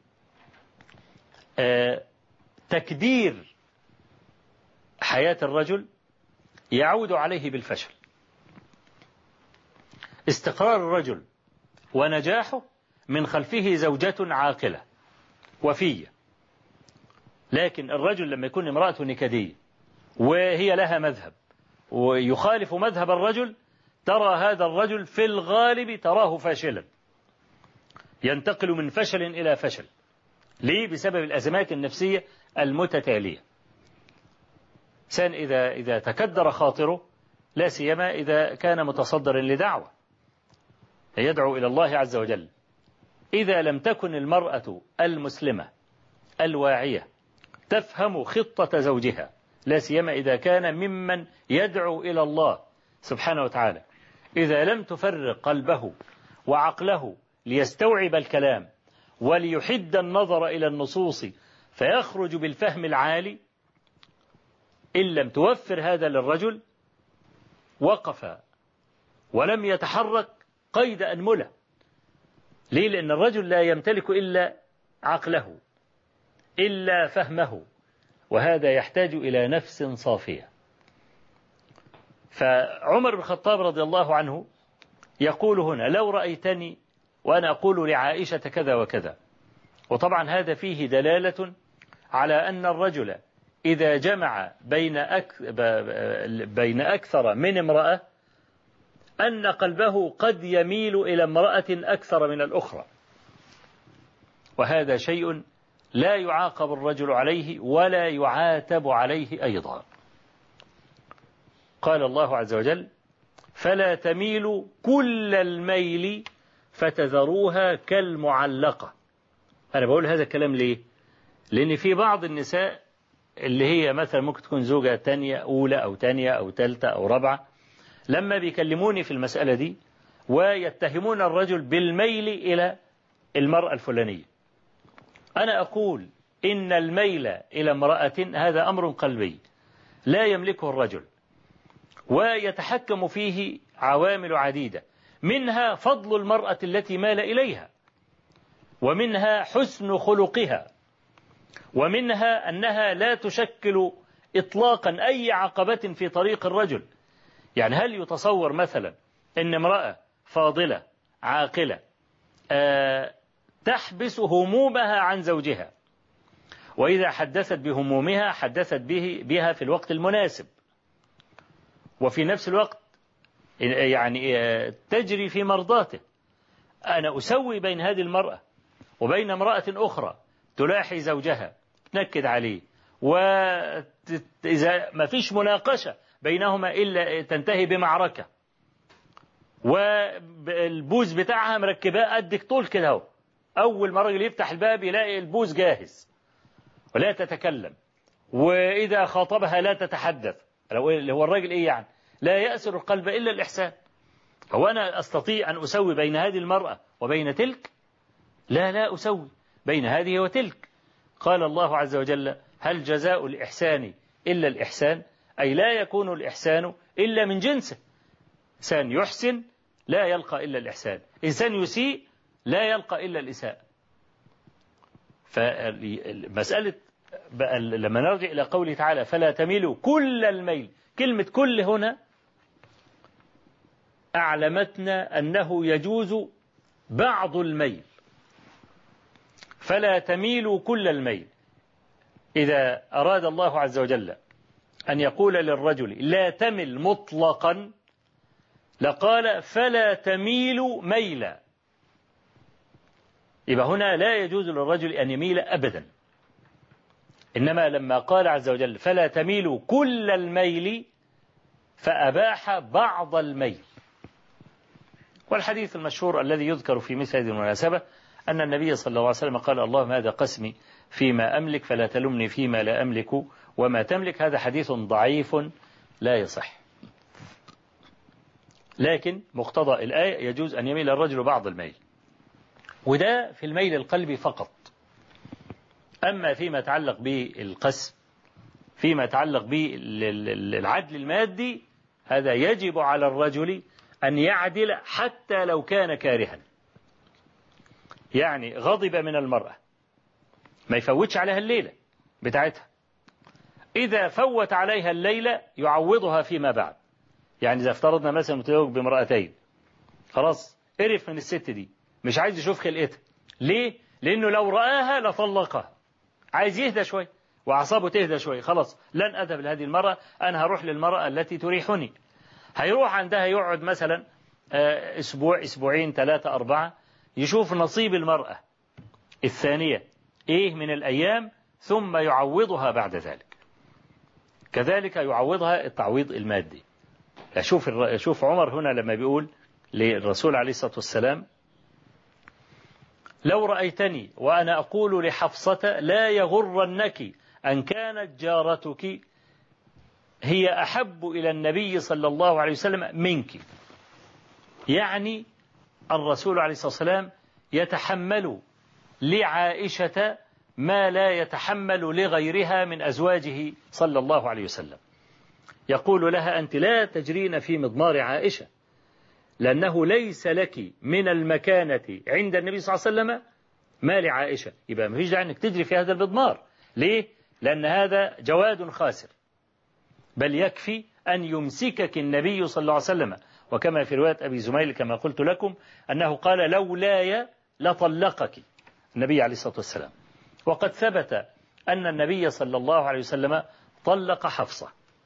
آه تكدير حياة الرجل يعود عليه بالفشل. استقرار الرجل ونجاحه من خلفه زوجة عاقلة وفية. لكن الرجل لما يكون امرأة نكدية وهي لها مذهب ويخالف مذهب الرجل، ترى هذا الرجل في الغالب تراه فاشلا، ينتقل من فشل إلى فشل. ليه؟ بسبب الأزمات النفسية المتتالية. إنسان إذا إذا تكدر خاطره، لا سيما إذا كان متصدرا لدعوة يدعو إلى الله عز وجل، إذا لم تكن المرأة المسلمة الواعية تفهم خطة زوجها، لا سيما إذا كان ممن يدعو إلى الله سبحانه وتعالى، إذا لم تفرق قلبه وعقله ليستوعب الكلام وليحد النظر إلى النصوص فيخرج بالفهم العالي، إن لم توفر هذا للرجل وقف ولم يتحرك قيد أنملة. ليه؟ لأن الرجل لا يمتلك إلا عقله إلا فهمه، وهذا يحتاج إلى نفس صافية. فعمر بن الخطاب رضي الله عنه يقول هنا لو رأيتني وأنا أقول لعائشة كذا وكذا. وطبعا هذا فيه دلالة على أن الرجل إذا جمع بين أك... بين أكثر من امرأة أن قلبه قد يميل إلى امرأة أكثر من الأخرى، وهذا شيء لا يعاقب الرجل عليه ولا يعاتب عليه أيضا. قال الله عز وجل فلا تميلوا كل الميل فتذروها كالمعلقة. أنا بقول هذا الكلام ليه؟ لأن في بعض النساء اللي هي مثلا ممكن تكون زوجة تانية أولى أو تانية أو تالتة أو رابعة، لما بيكلموني في المسألة دي ويتهمون الرجل بالميل إلى المرأة الفلانية، أنا أقول إن الميل إلى امرأة هذا أمر قلبي لا يملكه الرجل، ويتحكم فيه عوامل عديدة، منها فضل المرأة التي مال إليها، ومنها حسن خلقها، ومنها أنها لا تشكل إطلاقا أي عقبة في طريق الرجل. يعني هل يتصور مثلا أن امرأة فاضلة عاقلة آه تحبس همومها عن زوجها، وإذا حدثت بهمومها حدثت به بها في الوقت المناسب، وفي نفس الوقت يعني تجري في مرضاته؟ أنا أسوي بين هذه المرأة وبين امرأة أخرى تلاحي زوجها تنكد عليه، وإذا ما فيش مناقشة بينهما إلا تنتهي بمعركة، والبوز بتاعها مركباه قدك طول كده هو. أول ما الراجل يفتح الباب يلاقي البوز جاهز ولا تتكلم، وإذا خاطبها لا تتحدث. اللي هو الراجل إيه يعني؟ لا يأسر القلب إلا الإحسان. هو أنا أستطيع أن أسوي بين هذه المرأة وبين تلك؟ لا لا أسوي بين هذه وتلك. قال الله عز وجل هل جزاء الإحسان إلا الإحسان، أي لا يكون الإحسان إلا من جنسه. إنسان يحسن لا يلقى إلا الإحسان، إنسان يسيء لا يلقى إلا الإساءة. فمسألة لما نرجع إلى قوله تعالى فلا تميلوا كل الميل، كلمة كل هنا أعلمتنا أنه يجوز بعض الميل، فلا تميلوا كل الميل. إذا أراد الله عز وجل أن يقول للرجل لا تمل مطلقا لقال فلا تميلوا ميلا، يبقى هنا لا يجوز للرجل أن يميل أبدا. إنما لما قال عز وجل فلا تميلوا كل الميل فأباح بعض الميل. والحديث المشهور الذي يذكر في مثل هذه المناسبة أن النبي صلى الله عليه وسلم قال اللهم هذا قسمي فيما أملك فلا تلمني فيما لا أملك وما تملك. هذا حديث ضعيف لا يصح، لكن مقتضى الآية يجوز أن يميل الرجل بعض الميل، وده في الميل القلبي فقط. أما فيما يتعلق بالقسم، فيما يتعلق بالعدل المادي، هذا يجب على الرجل أن يعدل حتى لو كان كارها. يعني غضب من المرأة ما يفوتش عليها الليلة بتاعتها، إذا فوت عليها الليلة يعوضها فيما بعد. يعني إذا افترضنا مثلا متزوج بامرأتين، خلاص قرف من الست دي مش عايز يشوف خلقتها. ليه؟ لأنه لو رآها لطلقها، عايز يهدى شوي وأعصابه تهدى شوي. خلاص لن أذهب لهذه المرأة، أنا هروح للمرأة التي تريحني. هيروح عندها يقعد مثلا أسبوع أسبوعين ثلاثة أربعة، يشوف نصيب المرأة الثانية إيه من الأيام، ثم يعوضها بعد ذلك. كذلك يعوضها التعويض المادي. شوف شوف عمر هنا لما بيقول للرسول عليه الصلاة والسلام لو رأيتني وأنا أقول لحفصة لا يغرنك أن كانت جارتك هي أحب إلى النبي صلى الله عليه وسلم منك. يعني الرسول عليه الصلاة والسلام يتحمل لعائشة ما لا يتحمل لغيرها من أزواجه صلى الله عليه وسلم. يقول لها أنت لا تجرين في مضمار عائشة، لأنه ليس لك من المكانة عند النبي صلى الله عليه وسلم ما لعائشة. يبقى ما فيش داعي أنك تجري في هذا المضمار. ليه؟ لأن هذا جواد خاسر، بل يكفي أن يمسكك النبي صلى الله عليه وسلم، وكما في رواية أبي زميل كما قلت لكم أنه قال لولاي لطلقك النبي عليه الصلاة والسلام. وقد ثبت أن النبي صلى الله عليه وسلم طلق حفصة،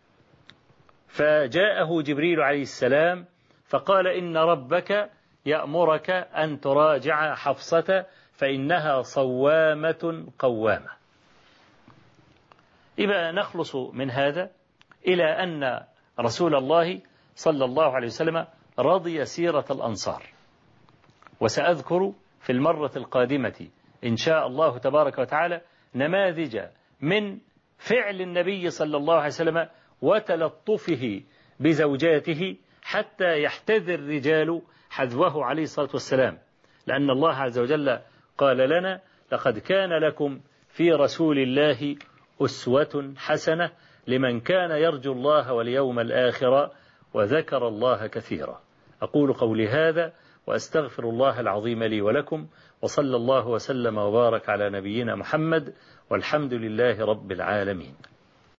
فجاءه جبريل عليه السلام فقال إن ربك يأمرك أن تراجع حفصة فإنها صوامة قوامة. إذا نخلص من هذا إلى أن رسول الله صلى الله عليه وسلم رضي سيرة الأنصار، وسأذكر في المرة القادمة إن شاء الله تبارك وتعالى نماذج من فعل النبي صلى الله عليه وسلم وتلطفه بزوجاته حتى يحتذر الرجال حذوه عليه الصلاة والسلام، لأن الله عز وجل قال لنا لقد كان لكم في رسول الله أسوة حسنة لمن كان يرجو الله واليوم الآخر وذكر الله كثيرا. أقول قولي هذا وأستغفر الله العظيم لي ولكم، وصلى الله وسلم وبارك على نبينا محمد، والحمد لله رب العالمين.